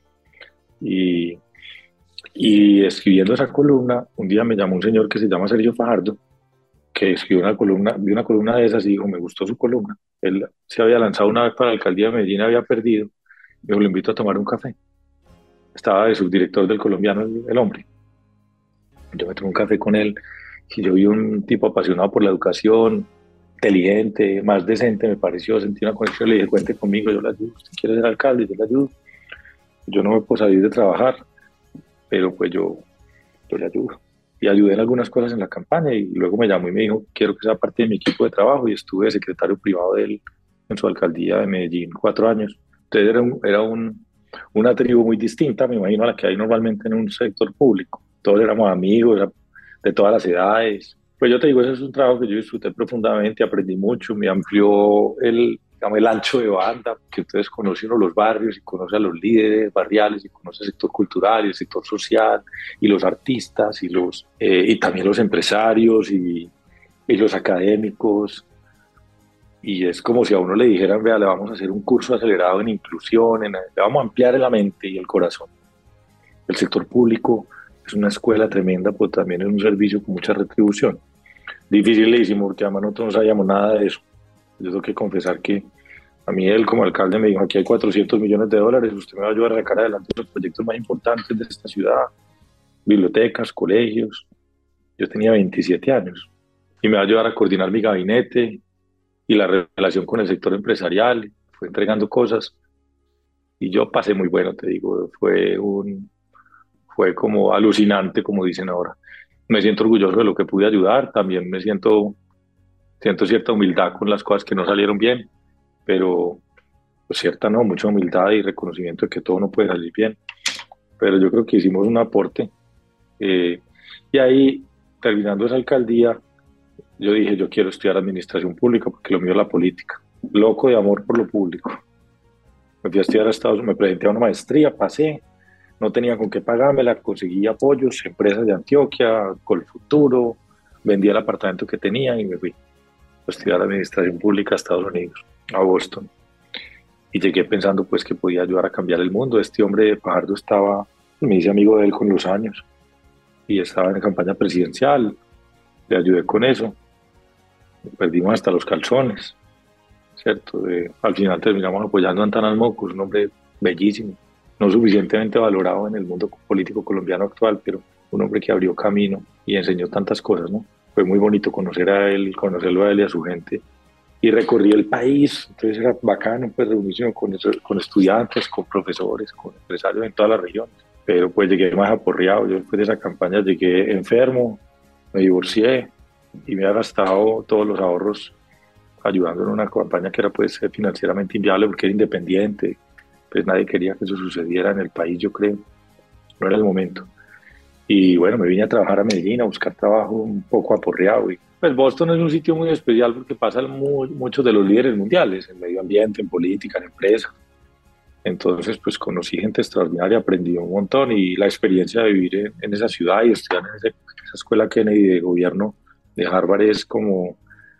y, y escribiendo esa columna, un día me llamó un señor que se llama Sergio Fajardo, que escribió una columna, vi una columna de esas y dijo, me gustó su columna. Él se había lanzado una vez para la alcaldía de Medellín, había perdido, y yo lo invito a tomar un café. Estaba de subdirector del Colombiano, el, el hombre. Yo me tomé un café con él y yo vi un tipo apasionado por la educación, inteligente, más decente, me pareció, sentí una conexión, le dije, cuente conmigo, yo le ayudo, usted quiere ser alcalde, yo le ayudo. Yo no me puedo salir de trabajar, pero pues yo, yo le ayudo. Y ayudé en algunas cosas en la campaña y luego me llamó y me dijo, quiero que sea parte de mi equipo de trabajo y estuve de secretario privado de él en su alcaldía de Medellín cuatro años. Entonces era, un, era un, una tribu muy distinta, me imagino, a la que hay normalmente en un sector público. Todos éramos amigos de todas las edades. Pues yo te digo, ese es un trabajo que yo disfruté profundamente, aprendí mucho, me amplió el, digamos, el ancho de banda, que ustedes conocen los barrios y conocen a los líderes barriales y conocen el sector cultural y el sector social y los artistas y, los, eh, y también los empresarios y, y los académicos. Y es como si a uno le dijeran, vea, le vamos a hacer un curso acelerado en inclusión, en, le vamos a ampliar la mente y el corazón. El sector público es una escuela tremenda, pero también es un servicio con mucha retribución. Dificilísimo, porque además nosotros no sabíamos nada de eso. Yo tengo que confesar que a mí él como alcalde me dijo, aquí hay cuatrocientos millones de dólares, usted me va a ayudar a sacar adelante los proyectos más importantes de esta ciudad, bibliotecas, colegios. Yo tenía veintisiete años y me va a ayudar a coordinar mi gabinete y la relación con el sector empresarial, fue entregando cosas y yo pasé muy bueno, te digo, fue un... fue como alucinante, como dicen ahora. Me siento orgulloso de lo que pude ayudar, también me siento, siento cierta humildad con las cosas que no salieron bien, pero pues, cierta no, mucha humildad y reconocimiento de que todo no puede salir bien. Pero yo creo que hicimos un aporte. Eh, y ahí, terminando esa alcaldía, yo dije, yo quiero estudiar administración pública porque lo mío es la política. Loco de amor por lo público. Me fui a estudiar a Estados Unidos, me presenté a una maestría, pasé. No tenía con qué pagármela, conseguí apoyos, empresas de Antioquia, Colfuturo, vendí el apartamento que tenía y me fui a estudiar administración pública a Estados Unidos, a Boston. Y llegué pensando pues que podía ayudar a cambiar el mundo. Este hombre de Fajardo estaba, me hice amigo de él con los años y estaba en campaña presidencial, le ayudé con eso. Perdimos hasta los calzones, ¿cierto? De, al final terminamos apoyando a Antanas Mocus, un hombre bellísimo, no suficientemente valorado en el mundo político colombiano actual, pero un hombre que abrió camino y enseñó tantas cosas, ¿no? Fue muy bonito conocer a él, conocerlo a él y a su gente. Y recorrí el país, entonces era bacano, pues reunirse con, con estudiantes, con profesores, con empresarios en todas las regiones. Pero pues llegué más aporreado, yo después de esa campaña llegué enfermo, me divorcié y me había gastado todos los ahorros ayudando en una campaña que era pues financieramente inviable porque era independiente, pues nadie quería que eso sucediera en el país, yo creo, no era el momento. Y bueno, me vine a trabajar a Medellín, a buscar trabajo un poco aporreado. Y pues Boston es un sitio muy especial porque pasan muy, muchos de los líderes mundiales, en medio ambiente, en política, en empresa. Entonces, pues conocí gente extraordinaria, aprendí un montón y la experiencia de vivir en, en esa ciudad y estudiar en, ese, en esa escuela Kennedy de gobierno de Harvard es como,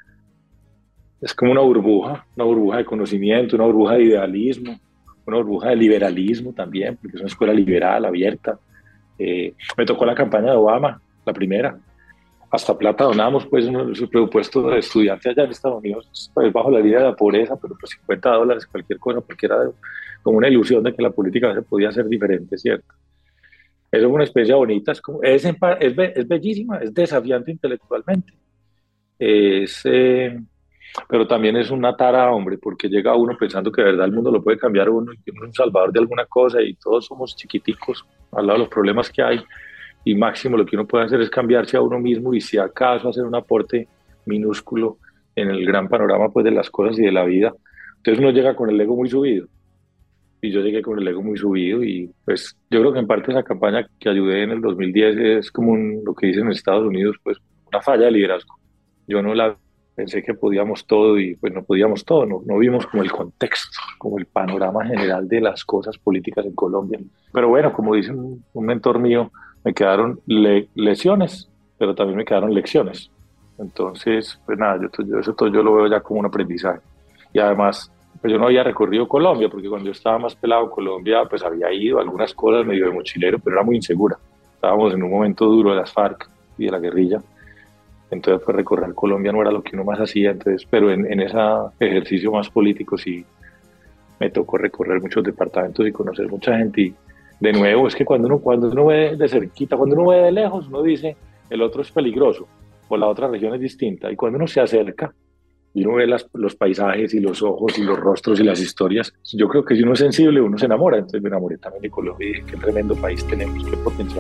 es como una burbuja, una burbuja de conocimiento, una burbuja de idealismo, una burbuja de liberalismo también, porque es una escuela liberal, abierta. Eh, me tocó la campaña de Obama, la primera. Hasta plata donamos, pues, su presupuesto de estudiante allá en Estados Unidos, pues, bajo la línea de la pobreza, pero pues cincuenta dólares, cualquier cosa, porque era como una ilusión de que la política se podía hacer diferente, ¿cierto? Eso es una experiencia bonita, es, como, es, es, es bellísima, es desafiante intelectualmente, es, eh, pero también es una tara, hombre, porque llega uno pensando que de verdad el mundo lo puede cambiar uno, y que uno es un salvador de alguna cosa y todos somos chiquiticos al lado de los problemas que hay. Y máximo lo que uno puede hacer es cambiarse a uno mismo y si acaso hacer un aporte minúsculo en el gran panorama pues de las cosas y de la vida. Entonces uno llega con el ego muy subido y yo llegué con el ego muy subido y pues yo creo que en parte esa campaña que ayudé en el dos mil diez es como un, lo que dicen en Estados Unidos, pues una falla de liderazgo. Yo no la pensé que podíamos todo y pues no podíamos todo, no, no vimos como el contexto, como el panorama general de las cosas políticas en Colombia. Pero bueno, como dice un, un mentor mío, me quedaron le lesiones, pero también me quedaron lecciones. Entonces, pues nada, yo, yo, eso todo yo lo veo ya como un aprendizaje. Y además, pues yo no había recorrido Colombia, porque cuando yo estaba más pelado Colombia, pues había ido a algunas cosas medio de mochilero, pero era muy insegura. Estábamos en un momento duro de las FARC y de la guerrilla. Entonces, pues recorrer Colombia no era lo que uno más hacía. Entonces, pero en, en ese ejercicio más político sí me tocó recorrer muchos departamentos y conocer mucha gente. Y de nuevo, es que cuando uno, cuando uno ve de cerquita, cuando uno ve de lejos, uno dice, el otro es peligroso, o la otra región es distinta. Y cuando uno se acerca y uno ve las, los paisajes y los ojos y los rostros y las historias, yo creo que si uno es sensible, uno se enamora. Entonces me enamoré también de Colombia y dije, qué tremendo país tenemos, qué potencial.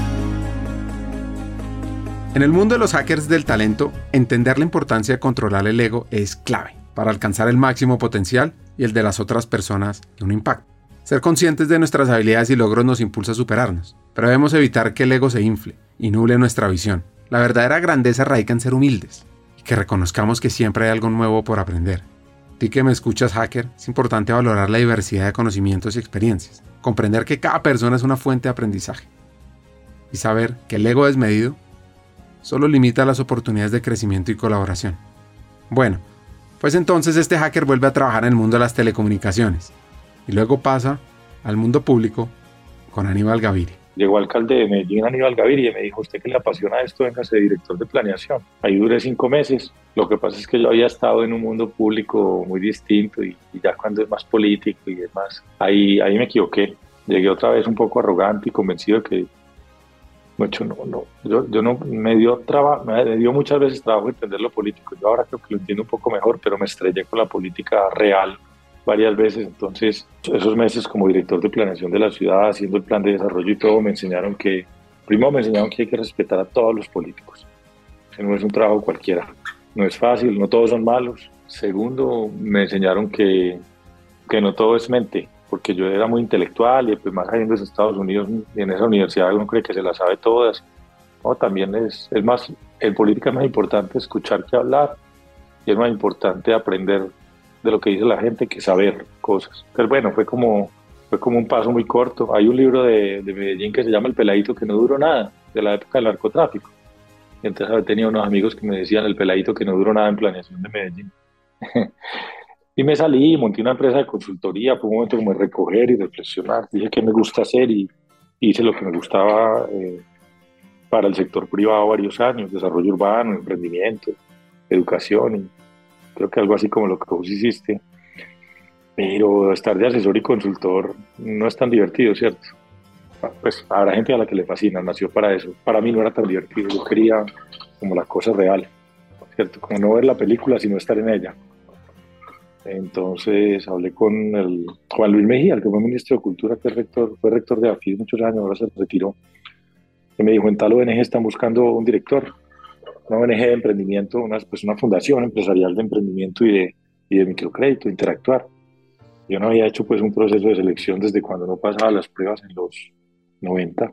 En el mundo de los hackers del talento, entender la importancia de controlar el ego es clave para alcanzar el máximo potencial y el de las otras personas de un impacto. Ser conscientes de nuestras habilidades y logros nos impulsa a superarnos, pero debemos evitar que el ego se infle y nuble nuestra visión. La verdadera grandeza radica en ser humildes y que reconozcamos que siempre hay algo nuevo por aprender. A ti que me escuchas, hacker, es importante valorar la diversidad de conocimientos y experiencias, comprender que cada persona es una fuente de aprendizaje y saber que el ego desmedido solo limita las oportunidades de crecimiento y colaboración. Bueno, pues entonces este hacker vuelve a trabajar en el mundo de las telecomunicaciones y luego pasa al mundo público con Aníbal Gaviria. Llegó alcalde de Medellín, Aníbal Gaviria, y me dijo, usted que le apasiona esto, véngase de director de planeación. Ahí duré cinco meses. Lo que pasa es que yo había estado en un mundo público muy distinto y, y ya cuando es más político y es más, ahí, ahí me equivoqué. Llegué otra vez un poco arrogante y convencido de que mucho no, no, yo, yo no, me dio, traba, me dio muchas veces trabajo entender lo político. Yo ahora creo que lo entiendo un poco mejor, pero me estrellé con la política real varias veces. Entonces, esos meses como director de planeación de la ciudad, haciendo el plan de desarrollo y todo, me enseñaron que, primero me enseñaron que hay que respetar a todos los políticos, que no es un trabajo cualquiera, no es fácil, no todos son malos. Segundo, me enseñaron que, que no todo es mente, porque yo era muy intelectual y pues más allá de Estados Unidos, y en esa universidad uno cree que se las sabe todas. No, también es, es más, en política es más importante escuchar que hablar y es más importante aprender de lo que dice la gente que saber cosas. Pero bueno, fue como, fue como un paso muy corto. Hay un libro de, de Medellín que se llama El Peladito que no duró nada, de la época del narcotráfico. Y entonces tenía unos amigos que me decían El Peladito que no duró nada en planeación de Medellín. Y me salí, monté una empresa de consultoría, fue un momento como de recoger y reflexionar. Dije qué me gusta hacer y hice lo que me gustaba eh, para el sector privado varios años, desarrollo urbano, emprendimiento, educación y creo que algo así como lo que vos hiciste. Pero estar de asesor y consultor no es tan divertido, ¿cierto? pues habrá gente a la que le fascina, nació para eso. Para mí no era tan divertido, yo quería como la cosa real, ¿cierto? Como no ver la película, sino estar en ella. Entonces hablé con el Juan Luis Mejía, el que fue ministro de Cultura, que es rector, fue rector de AFID muchos años, ahora se retiró. Y me dijo, en tal O N G están buscando un director, una O N G de emprendimiento, una, pues una fundación empresarial de emprendimiento y de, y de microcrédito, Interactuar. Yo no había hecho pues un proceso de selección desde cuando no pasaba las pruebas en los noventa.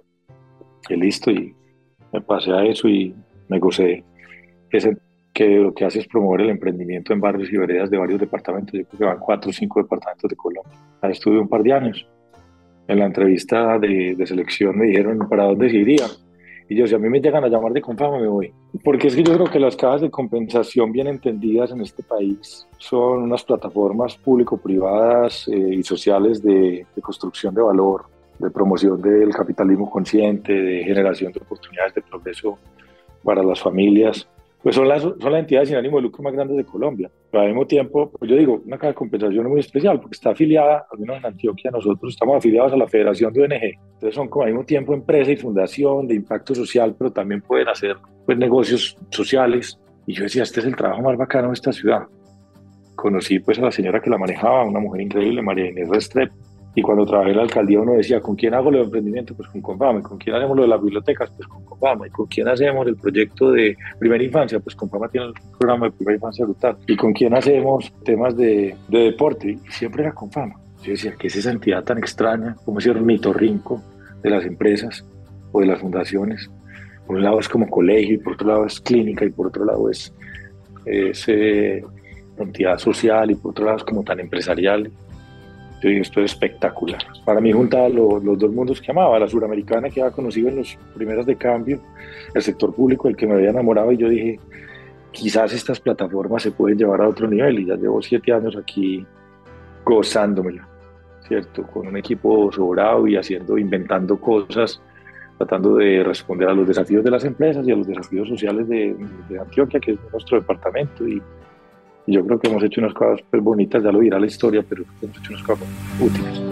Y listo, y me pasé a eso y me gocé ese, que lo que hace es promover el emprendimiento en barrios y veredas de varios departamentos. Yo creo que van cuatro o cinco departamentos de Colombia. Ahí estuve un par de años. En la entrevista de, de selección me dijeron para dónde se iría. Y yo, si a mí me llegan a llamar de Confama, me voy. Porque es que yo creo que las cajas de compensación bien entendidas en este país son unas plataformas público-privadas eh, y sociales de, de construcción de valor, de promoción del capitalismo consciente, de generación de oportunidades de progreso para las familias. Pues son las, son las entidades sin ánimo de lucro más grandes de Colombia. Pero al mismo tiempo, pues yo digo, una caja de compensación es muy especial porque está afiliada, al menos en Antioquia, nosotros estamos afiliados a la Federación de O N G. Entonces son como al mismo tiempo empresa y fundación de impacto social, pero también pueden hacer pues, negocios sociales. Y yo decía, este es el trabajo más bacano de esta ciudad. Conocí pues a la señora que la manejaba, una mujer increíble, María Inés Restrepo. Y cuando trabajé en la alcaldía uno decía, ¿con quién hago lo de emprendimiento? Pues con Confama. ¿Y con quién hacemos lo de las bibliotecas? Pues con Confama. ¿Y con quién hacemos el proyecto de primera infancia? Pues Confama tiene el programa de primera infancia brutal. ¿Y con quién hacemos temas de, de deporte? Y siempre era Confama. Yo decía, ¿qué es esa entidad tan extraña? Como ese ornitorrinco de las empresas o de las fundaciones. Por un lado es como colegio y por otro lado es clínica y por otro lado es, es eh, entidad social y por otro lado es como tan empresarial. Yo digo, esto es espectacular. Para mí juntaba los, los dos mundos que amaba, la suramericana que había conocido en los primeros de cambio, el sector público del que me había enamorado y yo dije, quizás estas plataformas se pueden llevar a otro nivel y ya llevo siete años aquí gozándomela, ¿cierto? Con un equipo sobrado y haciendo, inventando cosas, tratando de responder a los desafíos de las empresas y a los desafíos sociales de, de Antioquia, que es nuestro departamento y Y yo creo que hemos hecho unas cosas súper bonitas, ya lo dirá la historia, pero hemos hecho unas cosas útiles.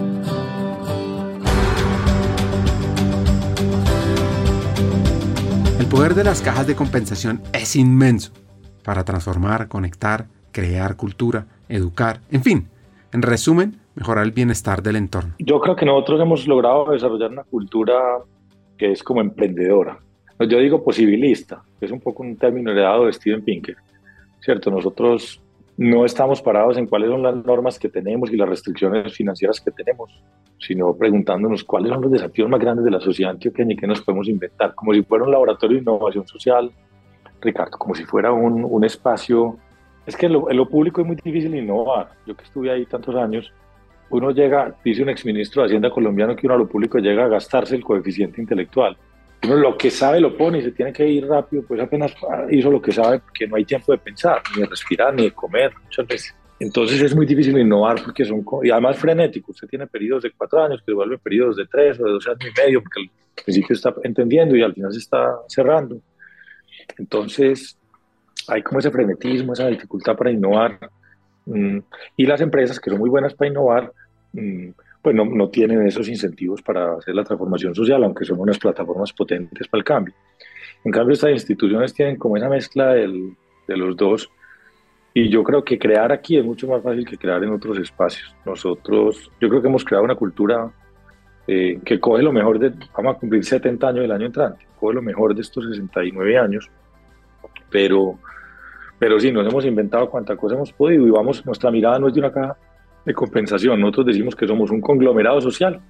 El poder de las cajas de compensación es inmenso para transformar, conectar, crear cultura, educar, en fin, en resumen, mejorar el bienestar del entorno. Yo creo que nosotros hemos logrado desarrollar una cultura que es como emprendedora. Yo digo posibilista, que es un poco un término heredado de Steven Pinker. Cierto, nosotros no estamos parados en cuáles son las normas que tenemos y las restricciones financieras que tenemos, sino preguntándonos cuáles son los desafíos más grandes de la sociedad antioqueña y qué nos podemos inventar, como si fuera un laboratorio de innovación social, Ricardo, como si fuera un, un espacio. Es que en lo, en lo público es muy difícil innovar. Yo que estuve ahí tantos años, uno llega, dice un exministro de Hacienda colombiano que uno a lo público llega a gastarse el coeficiente intelectual. Uno lo que sabe lo pone y se tiene que ir rápido, pues apenas hizo lo que sabe porque no hay tiempo de pensar, ni de respirar, ni de comer muchas veces. Entonces es muy difícil innovar porque son, y además frenético, usted tiene periodos de cuatro años que vuelven periodos de tres o de dos años y medio porque al principio está entendiendo y al final se está cerrando. Entonces hay como ese frenetismo, esa dificultad para innovar y las empresas que son muy buenas para innovar pues no, no tienen esos incentivos para hacer la transformación social, aunque son unas plataformas potentes para el cambio. En cambio, estas instituciones tienen como esa mezcla del, de los dos, y yo creo que crear aquí es mucho más fácil que crear en otros espacios. Nosotros, yo creo que hemos creado una cultura eh, que coge lo mejor de, vamos a cumplir setenta años el año entrante, coge lo mejor de estos sesenta y nueve años, pero, pero sí, nos hemos inventado cuanta cosa hemos podido, y vamos, nuestra mirada no es de una caja de compensación. Nosotros decimos que somos un conglomerado social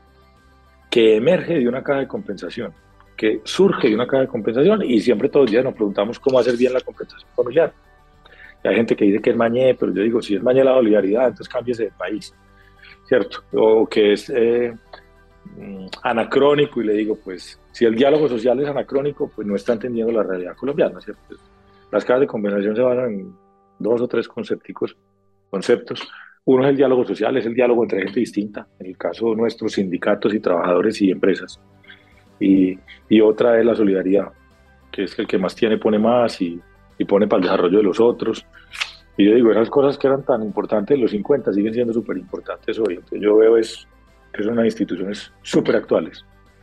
que emerge de una caja de compensación, que surge de una caja de compensación, y siempre todos los días nos preguntamos cómo hacer bien la compensación familiar. Y hay gente que dice que es mañé, pero yo digo, si es mañé la solidaridad, entonces cámbiese de país, ¿cierto? O que es eh, anacrónico, y le digo, pues, si el diálogo social es anacrónico, pues no está entendiendo la realidad colombiana, ¿cierto? Las cajas de compensación se basan en dos o tres conceptos. conceptos. Uno es el diálogo social, es el diálogo entre gente distinta, en el caso de nuestros sindicatos y trabajadores y empresas. Y, y otra es la solidaridad, que es que el que más tiene pone más y, y pone para el desarrollo de los otros. Y yo digo, esas cosas que eran tan importantes en los cincuenta siguen siendo súper importantes hoy. Entonces yo veo es, que son unas instituciones súper actuales,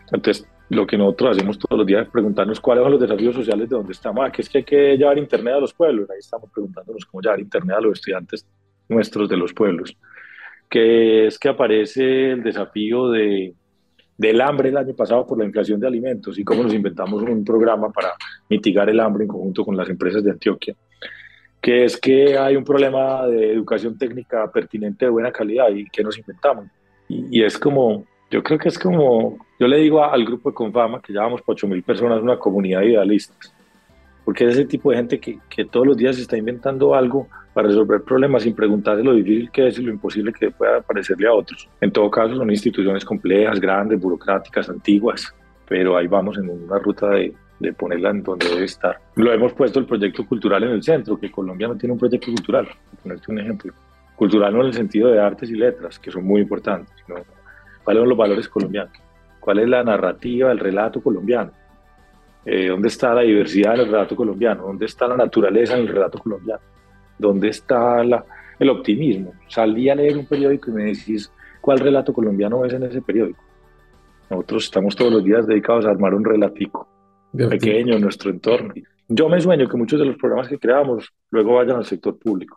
Entonces, lo que nosotros hacemos todos los días es preguntarnos cuáles son los desafíos sociales de donde estamos. Ah, que es que hay que llevar internet a los pueblos. Ahí estamos preguntándonos cómo llevar internet a los estudiantes nuestros de los pueblos. Que es que aparece el desafío de, del hambre el año pasado por la inflación de alimentos y cómo nos inventamos un programa para mitigar el hambre en conjunto con las empresas de Antioquia. Que es que hay un problema de educación técnica pertinente de buena calidad y que nos inventamos. Y, y es como, yo creo que es como, yo le digo a, al grupo de Confama que llevamos ocho mil personas, una comunidad de idealistas, porque es ese tipo de gente que, que todos los días está inventando algo para resolver problemas sin preguntarse lo difícil que es y lo imposible que pueda parecerle a otros. En todo caso son instituciones complejas, grandes, burocráticas, antiguas, pero ahí vamos en una ruta de, de ponerla en donde debe estar. Lo hemos puesto el proyecto cultural en el centro, que Colombia no tiene un proyecto cultural, por ponerte un ejemplo. Cultural no en el sentido de artes y letras, que son muy importantes, sino cuáles son los valores colombianos, cuál es la narrativa, el relato colombiano. Eh, ¿Dónde está la diversidad en el relato colombiano? ¿Dónde está la naturaleza en el relato colombiano? ¿Dónde está la, el optimismo? Salí a leer un periódico y me decís cuál relato colombiano ves en ese periódico. Nosotros estamos todos los días dedicados a armar un relatico pequeño en nuestro entorno. Yo me sueño que muchos de los programas que creamos luego vayan al sector público.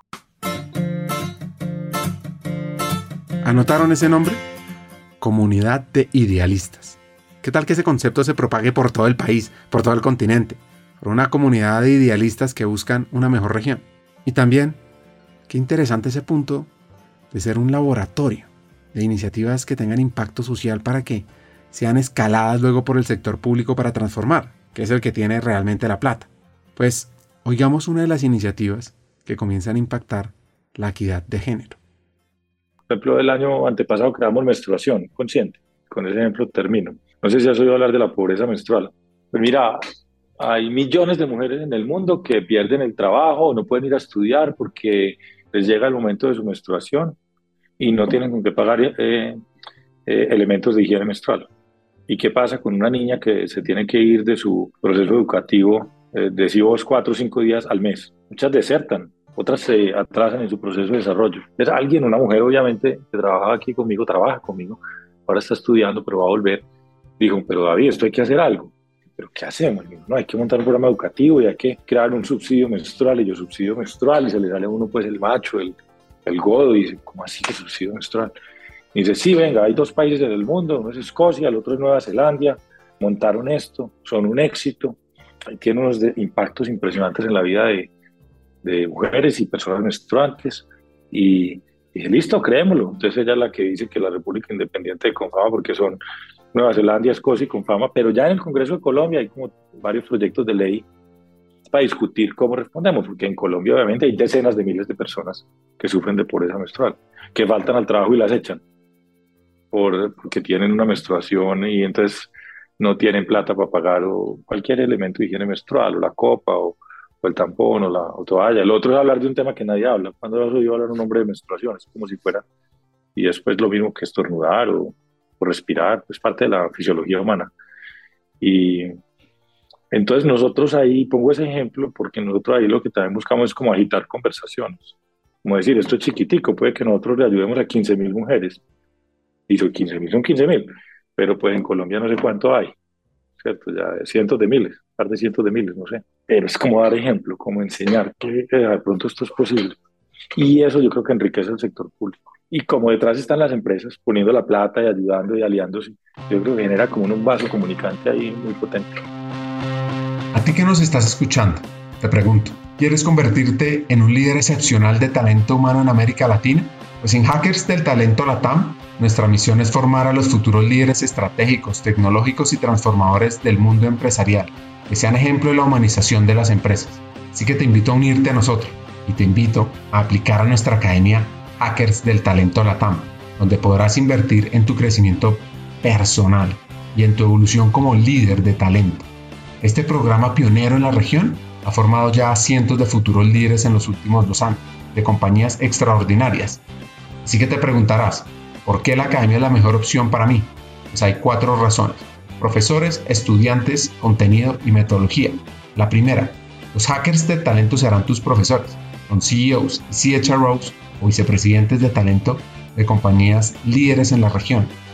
¿Anotaron ese nombre? Comunidad de idealistas. ¿Qué tal que ese concepto se propague por todo el país, por todo el continente? Por una comunidad de idealistas que buscan una mejor región. Y también, qué interesante ese punto de ser un laboratorio de iniciativas que tengan impacto social para que sean escaladas luego por el sector público para transformar, que es el que tiene realmente la plata. Pues, oigamos una de las iniciativas que comienzan a impactar la equidad de género. Por ejemplo, el año antepasado creamos menstruación consciente. Con ese ejemplo termino. No sé si has oído hablar de la pobreza menstrual. Pues mira, hay millones de mujeres en el mundo que pierden el trabajo o no pueden ir a estudiar porque les llega el momento de su menstruación y no tienen con qué pagar eh, eh, elementos de higiene menstrual. ¿Y qué pasa con una niña que se tiene que ir de su proceso educativo eh, decimos cuatro o cinco días al mes? Muchas desertan, otras se atrasan en su proceso de desarrollo. Es alguien, una mujer obviamente, que trabajaba aquí conmigo, trabaja conmigo, ahora está estudiando, pero va a volver. Dijo, pero David, esto hay que hacer algo. ¿Pero qué hacemos? No, hay que montar un programa educativo y hay que crear un subsidio menstrual. Y yo, subsidio menstrual, y se le sale a uno pues el macho, el, el godo, y dice, ¿cómo así que subsidio menstrual? Y dice, sí, venga, hay dos países en el mundo, uno es Escocia, el otro es Nueva Zelanda, montaron esto, son un éxito, tiene unos de, impactos impresionantes en la vida de, de mujeres y personas menstruantes, y dije, listo, creémoslo. Entonces ella es la que dice que la República Independiente de Confama, porque son Nueva Zelanda, Escocia y Confama, pero ya en el Congreso de Colombia hay como varios proyectos de ley para discutir cómo respondemos, porque en Colombia obviamente hay decenas de miles de personas que sufren de pobreza menstrual, que faltan al trabajo y las echan, por, porque tienen una menstruación y entonces no tienen plata para pagar o cualquier elemento de higiene menstrual, o la copa, o, o el tampón, o la o toalla. El otro es hablar de un tema que nadie habla. Cuando has oído hablar un hombre de menstruación, es como si fuera, y después lo mismo que estornudar o, o respirar, es parte de la fisiología humana. Y entonces nosotros ahí, pongo ese ejemplo, porque nosotros ahí lo que también buscamos es como agitar conversaciones. Como decir, esto es chiquitico, puede que nosotros le ayudemos a quince mil mujeres. Y son quince mil, son quince mil, pero pues en Colombia no sé cuánto hay, ¿cierto? Ya cientos de miles, un par de cientos de miles, no sé. Pero es como dar ejemplo, como enseñar que eh, de pronto esto es posible. Y eso yo creo que enriquece el sector público. Y como detrás están las empresas poniendo la plata y ayudando y aliándose, yo creo que genera como un vaso comunicante ahí muy potente. A ti que nos estás escuchando, te pregunto, ¿quieres convertirte en un líder excepcional de talento humano en América Latina? Pues en Hackers del Talento LATAM, nuestra misión es formar a los futuros líderes estratégicos, tecnológicos y transformadores del mundo empresarial, que sean ejemplo de la humanización de las empresas. Así que te invito a unirte a nosotros y te invito a aplicar a nuestra academia Hackers del Talento LATAM, donde podrás invertir en tu crecimiento personal y en tu evolución como líder de talento. Este programa pionero en la región ha formado ya a cientos de futuros líderes en los últimos dos años, de compañías extraordinarias. Así que te preguntarás, ¿por qué la academia es la mejor opción para mí? Pues hay cuatro razones: profesores, estudiantes, contenido y metodología. La primera, los hackers de talento serán tus profesores. Son C E Os y C H R Os o vicepresidentes de talento de compañías líderes en la región.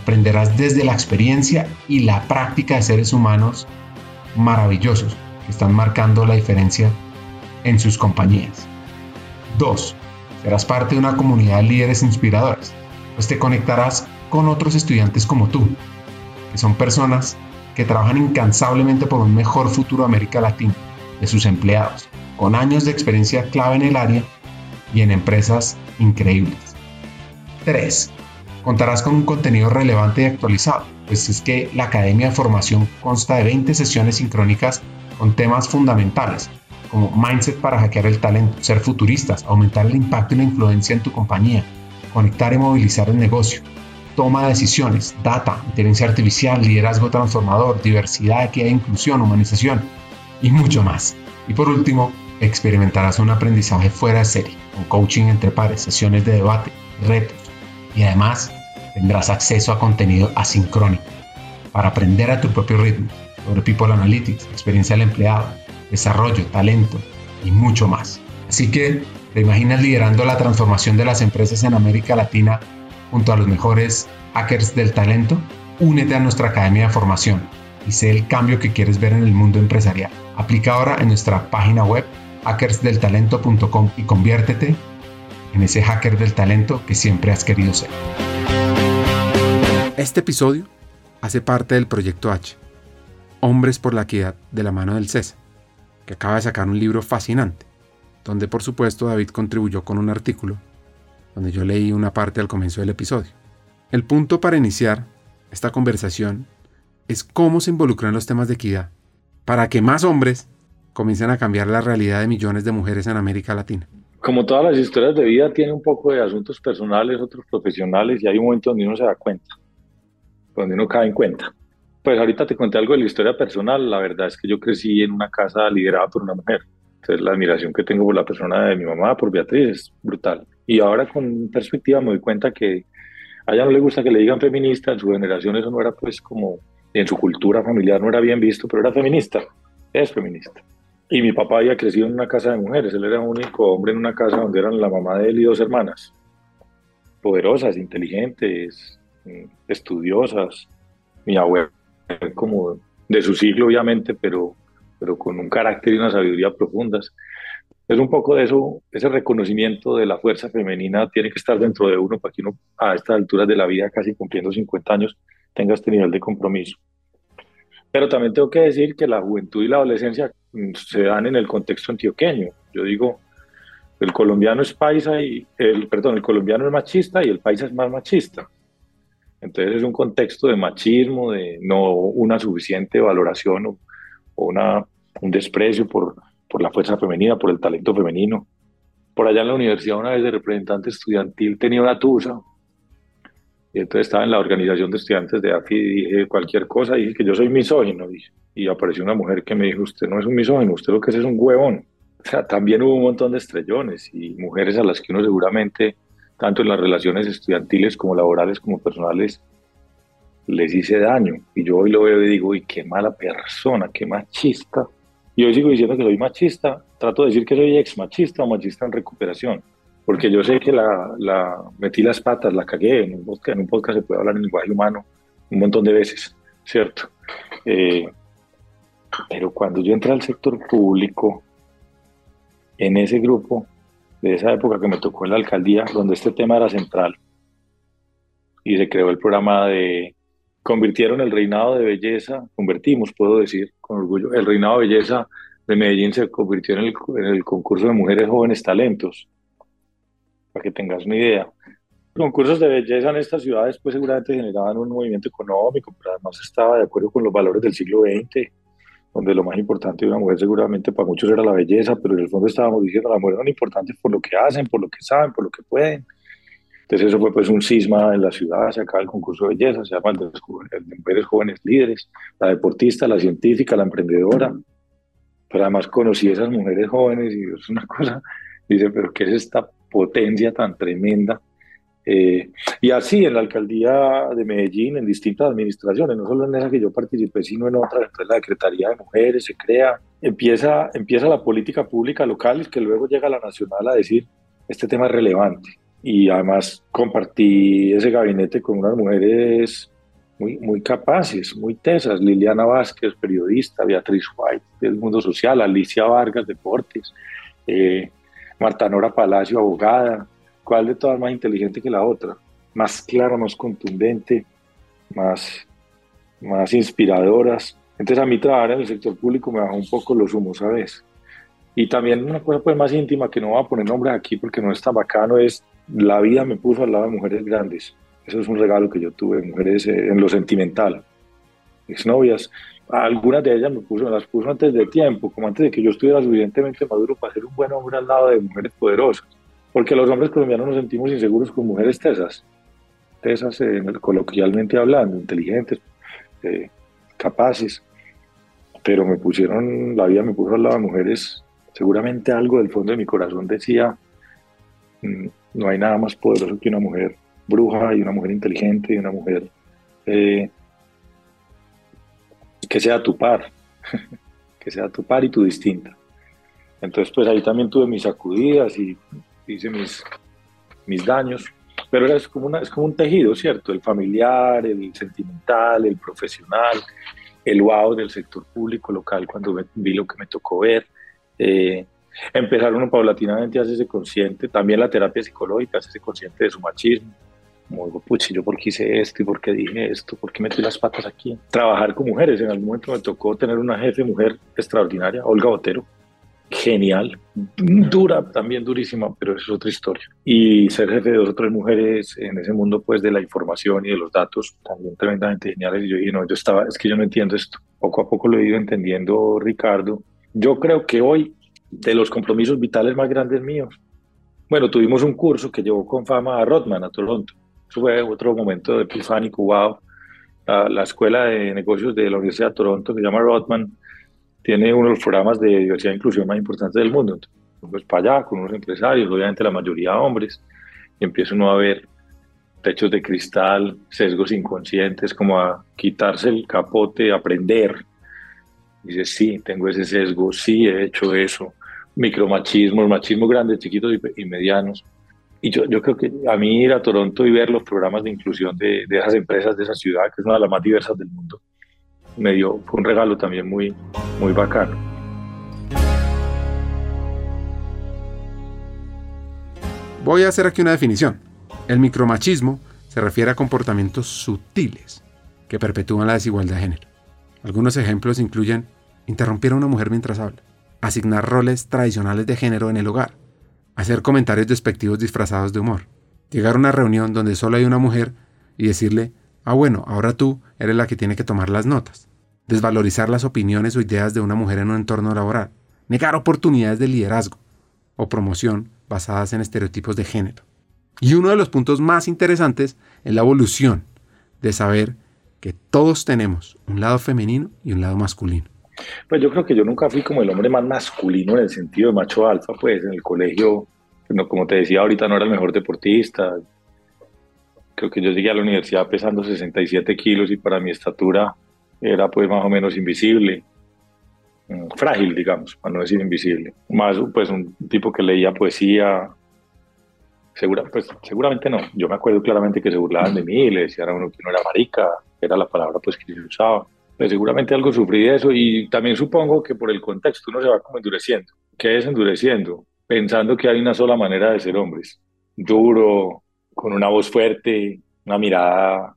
Aprenderás desde la experiencia y la práctica de seres humanos maravillosos que están marcando la diferencia en sus compañías. dos. Serás parte de una comunidad de líderes inspiradores, pues te conectarás con otros estudiantes como tú, que son personas que trabajan incansablemente por un mejor futuro de América Latina, de sus empleados, con años de experiencia clave en el área y en empresas increíbles. tres. Contarás con un contenido relevante y actualizado, pues es que la Academia de Formación consta de veinte sesiones sincrónicas con temas fundamentales, como mindset para hackear el talento, ser futuristas, aumentar el impacto y la influencia en tu compañía, conectar y movilizar el negocio, toma de decisiones, data, inteligencia artificial, liderazgo transformador, diversidad, equidad e inclusión, humanización y mucho más. Y por último, experimentarás un aprendizaje fuera de serie, con coaching entre pares, sesiones de debate, retos y además tendrás acceso a contenido asincrónico para aprender a tu propio ritmo sobre People Analytics, experiencia del empleado, desarrollo, talento y mucho más. Así que, ¿te imaginas liderando la transformación de las empresas en América Latina junto a los mejores hackers del talento? Únete a nuestra Academia de Formación y sé el cambio que quieres ver en el mundo empresarial. Aplica ahora en nuestra página web hackers del talento punto com y conviértete en ese hacker del talento que siempre has querido ser. Este episodio hace parte del Proyecto H, Hombres por la Equidad, de la mano del CESA, que acaba de sacar un libro fascinante, donde por supuesto David contribuyó con un artículo, donde yo leí una parte al comienzo del episodio. El punto para iniciar esta conversación es cómo se involucran los temas de equidad, para que más hombres comiencen a cambiar la realidad de millones de mujeres en América Latina. Como todas las historias de vida, tiene un poco de asuntos personales, otros profesionales, y hay un momento donde uno se da cuenta, donde uno cae en cuenta. Pues ahorita te conté algo de la historia personal. La verdad es que yo crecí en una casa liderada por una mujer. Entonces la admiración que tengo por la persona de mi mamá, por Beatriz, es brutal. Y ahora con perspectiva me doy cuenta que a ella no le gusta que le digan feminista. En su generación eso no era, pues, como en su cultura familiar no era bien visto, pero era feminista, es feminista. Y mi papá había crecido en una casa de mujeres. Él era el único hombre en una casa donde eran la mamá de él y dos hermanas, poderosas, inteligentes, estudiosas. Mi abuela como de su siglo, obviamente, pero, pero con un carácter y una sabiduría profundas. Es un poco de eso, ese reconocimiento de la fuerza femenina tiene que estar dentro de uno para que uno, a estas alturas de la vida, casi cumpliendo cincuenta años, tenga este nivel de compromiso. Pero también tengo que decir que la juventud y la adolescencia se dan en el contexto antioqueño. Yo digo, el colombiano es paisa y el, perdón, el colombiano es machista y el paisa es más machista. Entonces es un contexto de machismo, de no una suficiente valoración o, o una, un desprecio por, por la fuerza femenina, por el talento femenino. Por allá en la universidad, una vez de representante estudiantil tenía una tusa, y entonces estaba en la organización de estudiantes de A F I y dije cualquier cosa, dije que yo soy misógino, dije, y apareció una mujer que me dijo, usted no es un misógino, usted lo que es es un huevón. O sea, también hubo un montón de estrellones y mujeres a las que uno seguramente, tanto en las relaciones estudiantiles como laborales como personales, les hice daño. Y yo hoy lo veo y digo, uy, qué mala persona, qué machista. Y hoy sigo diciendo que soy machista, trato de decir que soy ex machista o machista en recuperación, porque yo sé que la, la metí las patas, la cagué. En un podcast, en un podcast se puede hablar en lenguaje humano un montón de veces, ¿cierto? Eh, pero cuando yo entré al sector público, en ese grupo de esa época que me tocó en la alcaldía, donde este tema era central, y se creó el programa de, convirtieron el reinado de belleza, convertimos, puedo decir con orgullo, el reinado de belleza de Medellín se convirtió en el, en el concurso de mujeres jóvenes talentos, para que tengas una idea. Concursos de belleza en estas ciudades pues seguramente generaban un movimiento económico, pero además estaba de acuerdo con los valores del siglo veinte, donde lo más importante de una mujer seguramente para muchos era la belleza, pero en el fondo estábamos diciendo que las mujeres son importantes por lo que hacen, por lo que saben, por lo que pueden. Entonces eso fue pues un cisma en la ciudad. Se acaba el concurso de belleza, se llama el de, el de mujeres jóvenes líderes, la deportista, la científica, la emprendedora. Pero además conocí a esas mujeres jóvenes y es una cosa, dice, pero ¿qué es esta potencia tan tremenda? Eh, y así en la alcaldía de Medellín, en distintas administraciones, no solo en esa que yo participé, sino en otras. Entonces la Secretaría de Mujeres se crea, empieza, empieza la política pública local, que luego llega a la nacional a decir, este tema es relevante. Y además compartí ese gabinete con unas mujeres muy, muy capaces, muy tesas. Liliana Vázquez, periodista, Beatriz White del mundo social, Alicia Vargas, deportes, eh, Marta Nora Palacio, abogada. ¿Cuál de todas más inteligente que la otra? Más clara, más contundente, más, más inspiradoras. Entonces a mí trabajar en el sector público me bajó un poco los humos, ¿sabes? Y también una cosa pues más íntima, que no voy a poner nombres aquí porque no es tan bacano, es la vida me puso al lado de mujeres grandes. Eso es un regalo que yo tuve, mujeres eh, en lo sentimental, exnovias. Algunas de ellas me, puso, me las puso antes de tiempo, como antes de que yo estuviera suficientemente maduro para ser un buen hombre al lado de mujeres poderosas. Porque los hombres colombianos nos sentimos inseguros con mujeres tesas, tesas eh, coloquialmente hablando, inteligentes, eh, capaces. Pero me pusieron, la vida me puso al lado de mujeres. Seguramente algo del fondo de mi corazón decía, mmm, no hay nada más poderoso que una mujer bruja y una mujer inteligente y una mujer eh, que sea tu par, que sea tu par y tu distinta. Entonces pues ahí también tuve mis sacudidas y hice mis, mis daños, pero era, es, como una, es como un tejido, ¿cierto? El familiar, el sentimental, el profesional, el wow del sector público local cuando me, vi lo que me tocó ver. Eh, empezar uno paulatinamente a hacerse consciente, también la terapia psicológica, hacerse consciente de su machismo, como, puchi, yo por qué hice esto y por qué dije esto, por qué metí las patas aquí. Trabajar con mujeres, en algún momento me tocó tener una jefe mujer extraordinaria, Olga Botero, genial, dura, también durísima, pero es otra historia. Y ser jefe de dos o tres mujeres en ese mundo pues de la información y de los datos, también tremendamente geniales. Y yo dije, no, yo estaba, es que yo no entiendo esto. Poco a poco lo he ido entendiendo, Ricardo. Yo creo que hoy, de los compromisos vitales más grandes míos, bueno, tuvimos un curso que llevó con fama a Rotman, a Toronto. Eso fue otro momento de epifánico, wow. La, la escuela de negocios de la Universidad de Toronto, que se llama Rotman, tiene uno de los programas de diversidad e inclusión más importantes del mundo. Entonces, pues para allá, con unos empresarios, obviamente la mayoría hombres, y empieza uno a ver techos de cristal, sesgos inconscientes, como a quitarse el capote, aprender. Dice, sí, tengo ese sesgo, sí, he hecho eso. Micromachismos, machismos grandes, chiquitos y, y medianos. Y yo, yo creo que a mí ir a Toronto y ver los programas de inclusión de, de esas empresas, de esa ciudad, que es una de las más diversas del mundo, me dio, fue un regalo también muy, muy bacano. Voy a hacer aquí una definición. El micromachismo se refiere a comportamientos sutiles que perpetúan la desigualdad de género. Algunos ejemplos incluyen interrumpir a una mujer mientras habla, asignar roles tradicionales de género en el hogar, hacer comentarios despectivos disfrazados de humor, llegar a una reunión donde solo hay una mujer y decirle, ah bueno, ahora tú eres la que tiene que tomar las notas, desvalorizar las opiniones o ideas de una mujer en un entorno laboral, negar oportunidades de liderazgo o promoción basadas en estereotipos de género. Y uno de los puntos más interesantes es la evolución de saber que todos tenemos un lado femenino y un lado masculino. Pues yo creo que yo nunca fui como el hombre más masculino en el sentido de macho alfa, pues en el colegio, no, como te decía ahorita, no era el mejor deportista. Creo que yo llegué a la universidad pesando sesenta y siete kilos y para mi estatura era pues más o menos invisible, frágil, digamos, para no decir invisible. Más pues un tipo que leía poesía, segura, pues seguramente no. Yo me acuerdo claramente que se burlaban de mí, le decían a uno que no era marica, era la palabra pues que yo usaba. Pues seguramente algo sufrí de eso y también supongo que por el contexto uno se va como endureciendo. ¿Qué es endureciendo? Pensando que hay una sola manera de ser hombres. Duro, con una voz fuerte, una mirada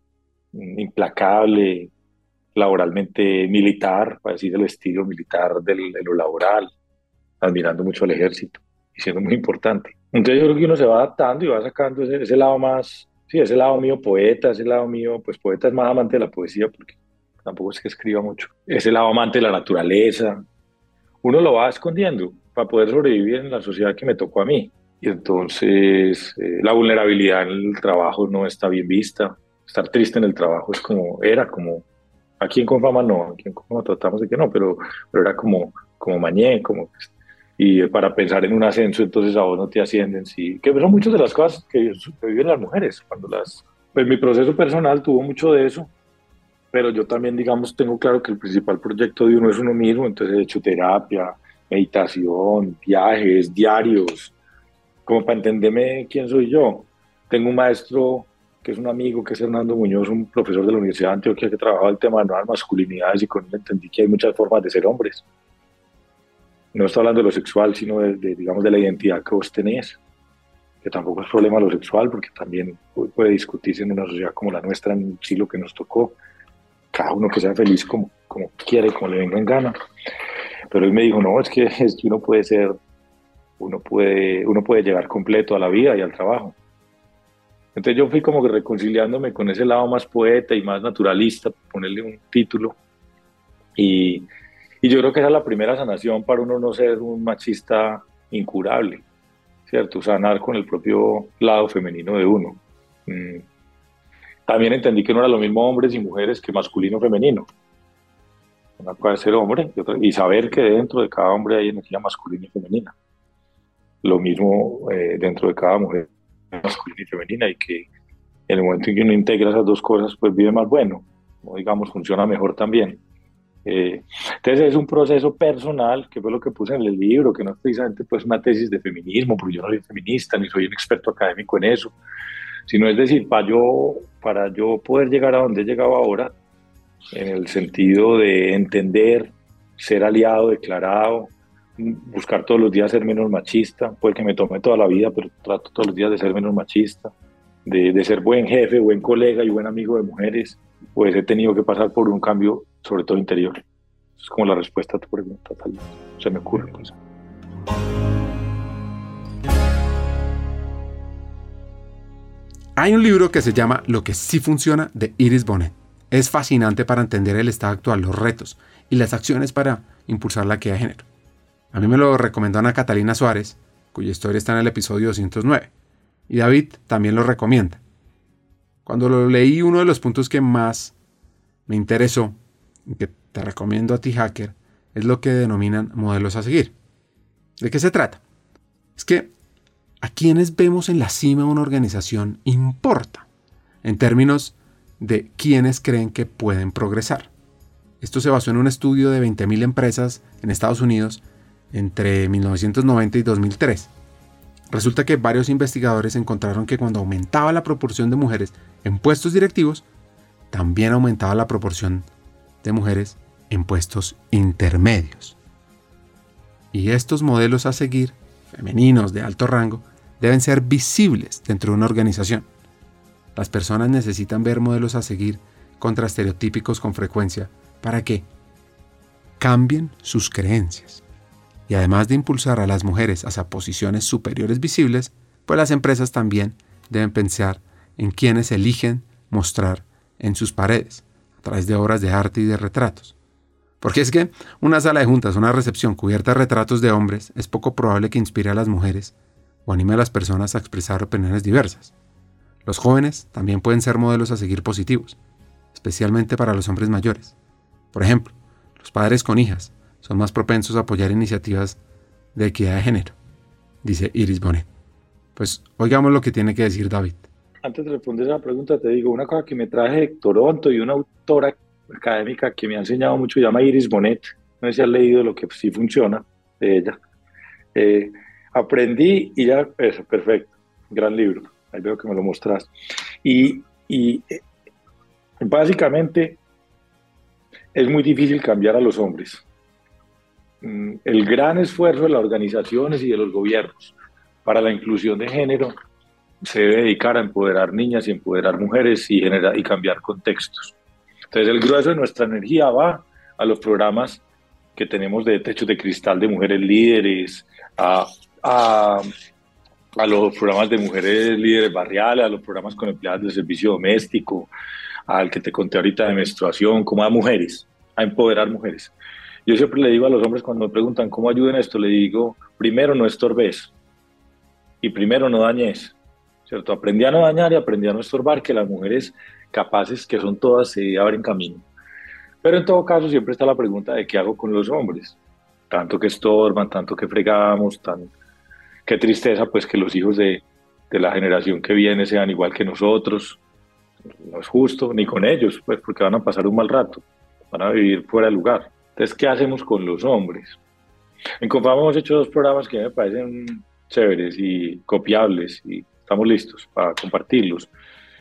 implacable, laboralmente militar, para decir el estilo militar del, de lo laboral, admirando mucho al ejército y siendo muy importante. Entonces yo creo que uno se va adaptando y va sacando ese, ese lado más, sí, ese lado mío poeta, ese lado mío, pues poeta es más amante de la poesía porque tampoco es que escriba mucho, ese lado amante de la naturaleza, uno lo va escondiendo para poder sobrevivir en la sociedad que me tocó a mí. Y entonces eh, la vulnerabilidad en el trabajo no está bien vista, estar triste en el trabajo es como, era como, aquí en Confama no, aquí en Confama tratamos de que no, pero, pero era como, como mañé, como, y para pensar en un ascenso, entonces a vos no te ascienden, sí, que son muchas de las cosas que, que viven las mujeres, cuando las, pues mi proceso personal tuvo mucho de eso, pero yo también, digamos, tengo claro que el principal proyecto de uno es uno mismo, entonces he hecho terapia, meditación, viajes, diarios, como para entenderme quién soy yo. Tengo un maestro que que es un amigo, que es Hernando Muñoz, un profesor de la Universidad de Antioquia que trabajaba el tema de nuevas masculinidades, y con él entendí que hay muchas formas de ser hombres. No estoy hablando de lo sexual, sino de, de, digamos, de la identidad que vos tenés, que tampoco es problema lo sexual, porque también puede discutirse en una sociedad como la nuestra, en un siglo que nos tocó, cada uno que sea feliz como, como quiere, como le venga en gana. Pero él me dijo, no, es que, es que uno puede ser, uno puede, uno puede llegar completo a la vida y al trabajo. Entonces yo fui como que reconciliándome con ese lado más poeta y más naturalista, ponerle un título, y, y yo creo que esa es la primera sanación para uno no ser un machista incurable, ¿cierto? Sanar con el propio lado femenino de uno. Mm. También entendí que no era lo mismo hombres y mujeres que masculino y femenino. Una cosa es ser hombre y, otra, y saber que dentro de cada hombre hay energía masculina y femenina. Lo mismo eh, dentro de cada mujer masculina y femenina, y que en el momento en que uno integra esas dos cosas, pues vive más bueno, o digamos, funciona mejor también. Eh, entonces es un proceso personal, que fue lo que puse en el libro, que no es precisamente pues una tesis de feminismo, porque yo no soy feminista, ni soy un experto académico en eso, sino es decir, para yo, para yo poder llegar a donde he llegado ahora, en el sentido de entender, ser aliado, declarado, buscar todos los días ser menos machista, puede que me tome toda la vida, pero trato todos los días de ser menos machista, de, de ser buen jefe, buen colega y buen amigo de mujeres, pues he tenido que pasar por un cambio, sobre todo interior. Es como la respuesta a tu pregunta, tal vez. Se me ocurre, pues. Hay un libro que se llama Lo que sí funciona, de Iris Bonet. Es fascinante para entender el estado actual, los retos y las acciones para impulsar la equidad de género. A mí me lo recomendó Ana Catalina Suárez, cuya historia está en el episodio doscientos nueve, y David también lo recomienda. Cuando lo leí, uno de los puntos que más me interesó, y que te recomiendo a ti, hacker, es lo que denominan modelos a seguir. ¿De qué se trata? Es que a quienes vemos en la cima de una organización importa, en términos de quienes creen que pueden progresar. Esto se basó en un estudio de veinte mil empresas en Estados Unidos entre mil novecientos noventa y dos mil tres. Resulta que varios investigadores encontraron que cuando aumentaba la proporción de mujeres en puestos directivos, también aumentaba la proporción de mujeres en puestos intermedios. Y estos modelos a seguir, femeninos de alto rango, deben ser visibles dentro de una organización. Las personas necesitan ver modelos a seguir contra estereotípicos con frecuencia para que cambien sus creencias. Y además de impulsar a las mujeres hacia posiciones superiores visibles, pues las empresas también deben pensar en quienes eligen mostrar en sus paredes, a través de obras de arte y de retratos. Porque es que una sala de juntas, una recepción cubierta de retratos de hombres, es poco probable que inspire a las mujeres o anime a las personas a expresar opiniones diversas. Los jóvenes también pueden ser modelos a seguir positivos, especialmente para los hombres mayores. Por ejemplo, los padres con hijas son más propensos a apoyar iniciativas de equidad de género, dice Iris Bonet. Pues oigamos lo que tiene que decir David. Antes de responder esa pregunta, te digo, una cosa que me traje de Toronto y una autora académica que me ha enseñado mucho, se llama Iris Bonet. No sé si has leído Lo que sí funciona de ella. Eh, aprendí y ya, eso, perfecto, gran libro. Ahí veo que me lo mostraste. Y, y eh, básicamente es muy difícil cambiar a los hombres. Mm, el gran esfuerzo de las organizaciones y de los gobiernos para la inclusión de género se debe dedicar a empoderar niñas y empoderar mujeres y, generar, y cambiar contextos. Entonces el grueso de nuestra energía va a los programas que tenemos de techos de cristal de mujeres líderes, a, a, a los programas de mujeres líderes barriales, a los programas con empleadas de servicio doméstico, al que te conté ahorita de menstruación, como a mujeres, a empoderar mujeres. Yo siempre le digo a los hombres cuando me preguntan cómo ayuden esto, le digo, primero no estorbes y primero no dañes, ¿cierto? Aprendí a no dañar y aprendí a no estorbar, que las mujeres capaces, que son todas, se abren camino. Pero en todo caso siempre está la pregunta de qué hago con los hombres, tanto que estorban, tanto que fregamos, tan... qué tristeza pues que los hijos de, de la generación que viene sean igual que nosotros. No es justo, ni con ellos, pues porque van a pasar un mal rato, van a vivir fuera de lugar. Entonces, ¿qué hacemos con los hombres? En Confama hemos hecho dos programas que me parecen chéveres y copiables y estamos listos para compartirlos.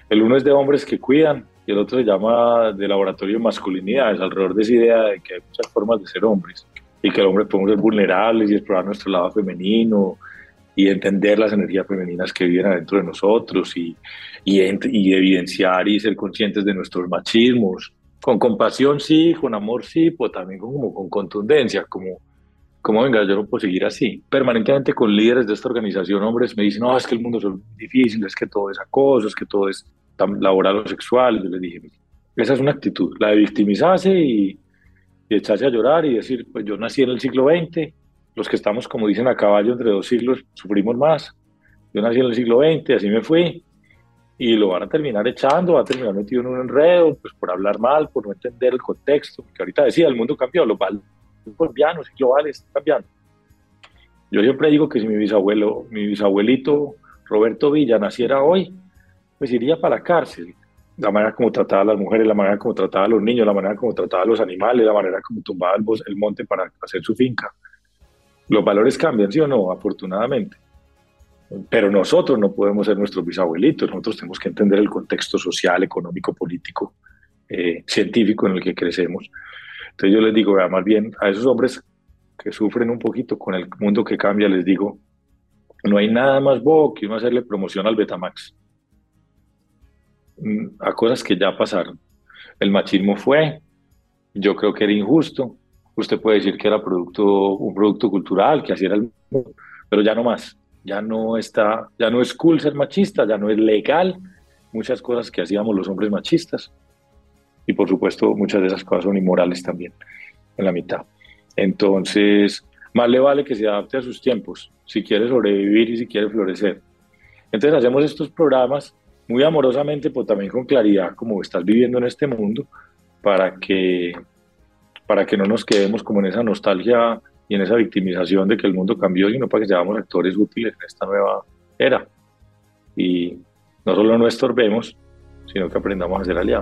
El uno es de hombres que cuidan y el otro se llama de laboratorio de masculinidades, alrededor de esa idea de que hay muchas formas de ser hombres y que el hombre podemos ser vulnerables y explorar nuestro lado femenino y entender las energías femeninas que viven adentro de nosotros y, y, y evidenciar y ser conscientes de nuestros machismos, con compasión sí, con amor sí, pero también con, como con contundencia, como, como venga, yo no puedo seguir así. Permanentemente con líderes de esta organización, hombres, me dicen, no, es que el mundo es difícil, es que todo es acoso, es que todo es laboral o sexual. Yo les dije, esa es una actitud, la de victimizarse y, y echarse a llorar y decir, pues yo nací en el siglo veinte, los que estamos, como dicen, a caballo entre dos siglos, sufrimos más. Yo nací en el siglo veinte, así me fui, y lo van a terminar echando, va a terminar metido en un enredo, pues por hablar mal, por no entender el contexto, porque ahorita decía, el mundo cambió, los valores colombianos y globales están cambiando. Yo siempre digo que si mi bisabuelo, mi bisabuelito Roberto Villa naciera hoy, pues iría para la cárcel. La manera como trataba a las mujeres, la manera como trataba a los niños, la manera como trataba a los animales, la manera como tumbaba el, bosque, el monte para hacer su finca. Los valores cambian, ¿sí o no? Afortunadamente. Pero nosotros no podemos ser nuestros bisabuelitos, nosotros tenemos que entender el contexto social, económico, político, eh, científico en el que crecemos. Entonces yo les digo, vea, más bien a esos hombres que sufren un poquito con el mundo que cambia, les digo, no hay nada más bobo que uno hacerle promoción al Betamax, a cosas que ya pasaron. El machismo fue, yo creo que era injusto, usted puede decir que era producto, un producto cultural, que así era el mundo, pero ya no más. Ya no está, ya no es cool ser machista, ya no es legal muchas cosas que hacíamos los hombres machistas. Y por supuesto, muchas de esas cosas son inmorales también, en la mitad. Entonces, más le vale que se adapte a sus tiempos, si quiere sobrevivir y si quiere florecer. Entonces hacemos estos programas muy amorosamente, pero también con claridad, como estás viviendo en este mundo, para que, para que no nos quedemos como en esa nostalgia y en esa victimización de que el mundo cambió, sino para que seamos actores útiles en esta nueva era. Y no solo no estorbemos, sino que aprendamos a ser aliados.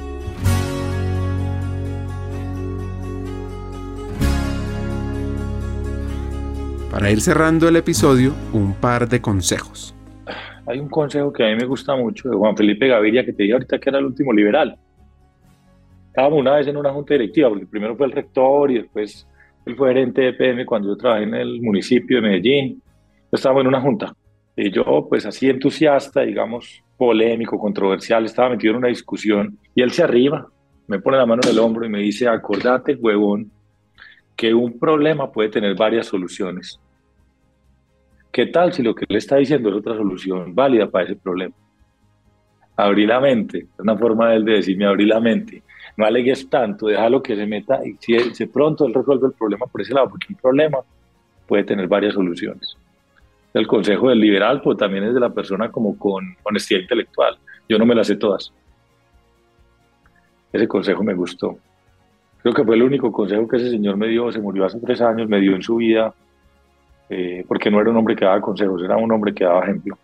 Para ir cerrando el episodio, un par de consejos. Hay un consejo que a mí me gusta mucho de Juan Felipe Gaviria, que te dije ahorita que era el último liberal. Estábamos una vez en una junta directiva, porque primero fue el rector y después él fue gerente de E P M cuando yo trabajé en el municipio de Medellín. Estábamos en una junta y yo, pues así entusiasta, digamos, polémico, controversial, estaba metido en una discusión y él se arriba, me pone la mano en el hombro y me dice, acordate, huevón, que un problema puede tener varias soluciones. ¿Qué tal si lo que él está diciendo es otra solución válida para ese problema? Abrí la mente, es una forma de él de decirme, abrí la mente. No alegues tanto, déjalo que se meta y si, si pronto él resuelve el problema por ese lado, porque un problema puede tener varias soluciones. El consejo del liberal pues, también es de la persona como con honestidad intelectual. Yo no me las sé todas. Ese consejo me gustó. Creo que fue el único consejo que ese señor me dio, se murió hace tres años, me dio en su vida, eh, porque no era un hombre que daba consejos, era un hombre que daba ejemplo.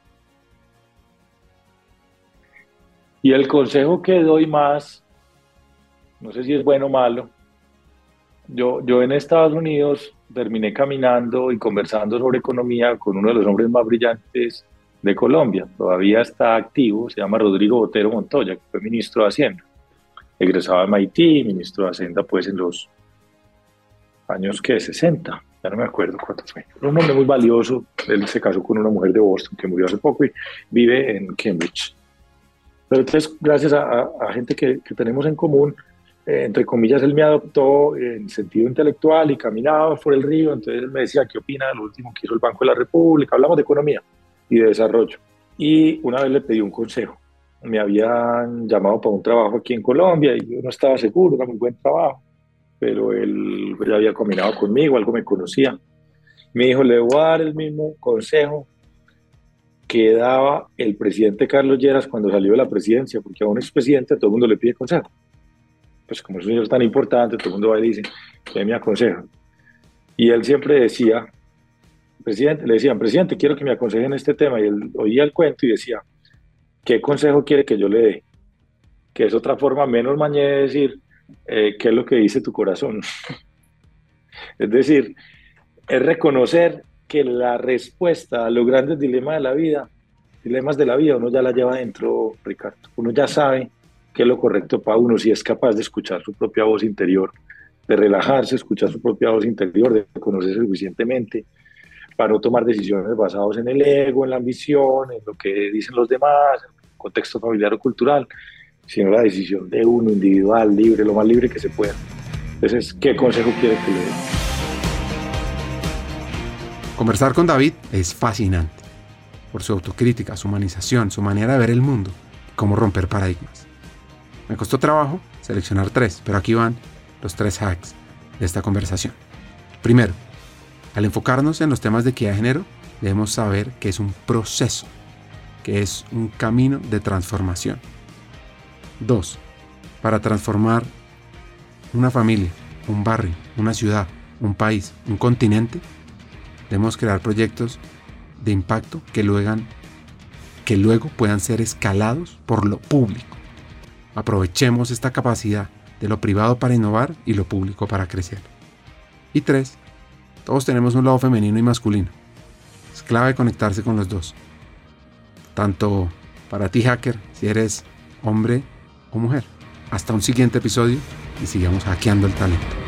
Y el consejo que doy más, no sé si es bueno o malo, yo, yo en Estados Unidos terminé caminando y conversando sobre economía con uno de los hombres más brillantes de Colombia, todavía está activo, se llama Rodrigo Botero Montoya, que fue ministro de Hacienda, egresado de M I T, ministro de Hacienda pues en los años que sesenta, ya no me acuerdo cuánto fue, un hombre muy valioso, él se casó con una mujer de Boston que murió hace poco y vive en Cambridge. Pero entonces, gracias a, a, a gente que, que tenemos en común, eh, entre comillas, él me adoptó en sentido intelectual y caminaba por el río, entonces él me decía, ¿qué opina de lo último que hizo el Banco de la República? Hablamos de economía y de desarrollo. Y una vez le pedí un consejo. Me habían llamado para un trabajo aquí en Colombia y yo no estaba seguro, era muy buen trabajo, pero él ya había combinado conmigo, algo me conocía. Me dijo, le voy a dar el mismo consejo que daba el presidente Carlos Lleras cuando salió de la presidencia, porque a un expresidente todo el mundo le pide consejo. Pues como es un señor tan importante, todo el mundo va y dice, que me aconseja. Y él siempre decía, presidente, le decían, presidente, quiero que me aconseje en este tema, y él oía el cuento y decía, ¿qué consejo quiere que yo le dé? Que es otra forma menos mañé de decir, eh, ¿qué es lo que dice tu corazón? Es decir, es reconocer que la respuesta a los grandes dilemas de la vida dilemas de la vida, uno ya la lleva adentro, Ricardo. Uno ya sabe qué es lo correcto para uno, si es capaz de escuchar su propia voz interior, de relajarse, escuchar su propia voz interior, de conocerse suficientemente para no tomar decisiones basadas en el ego, en la ambición, en lo que dicen los demás, en el contexto familiar o cultural, sino la decisión de uno individual, libre, lo más libre que se pueda. Entonces, ¿qué consejo quiere que le dé? Conversar con David es fascinante por su autocrítica, su humanización, su manera de ver el mundo y cómo romper paradigmas. Me costó trabajo seleccionar tres, pero aquí van los tres hacks de esta conversación. Primero, al enfocarnos en los temas de equidad de género, debemos saber que es un proceso, que es un camino de transformación. Dos, para transformar una familia, un barrio, una ciudad, un país, un continente, debemos crear proyectos de impacto que luego, que luego puedan ser escalados por lo público. Aprovechemos esta capacidad de lo privado para innovar y lo público para crecer. Y tres, todos tenemos un lado femenino y masculino. Es clave conectarse con los dos. Tanto para ti, hacker, si eres hombre o mujer. Hasta un siguiente episodio y sigamos hackeando el talento.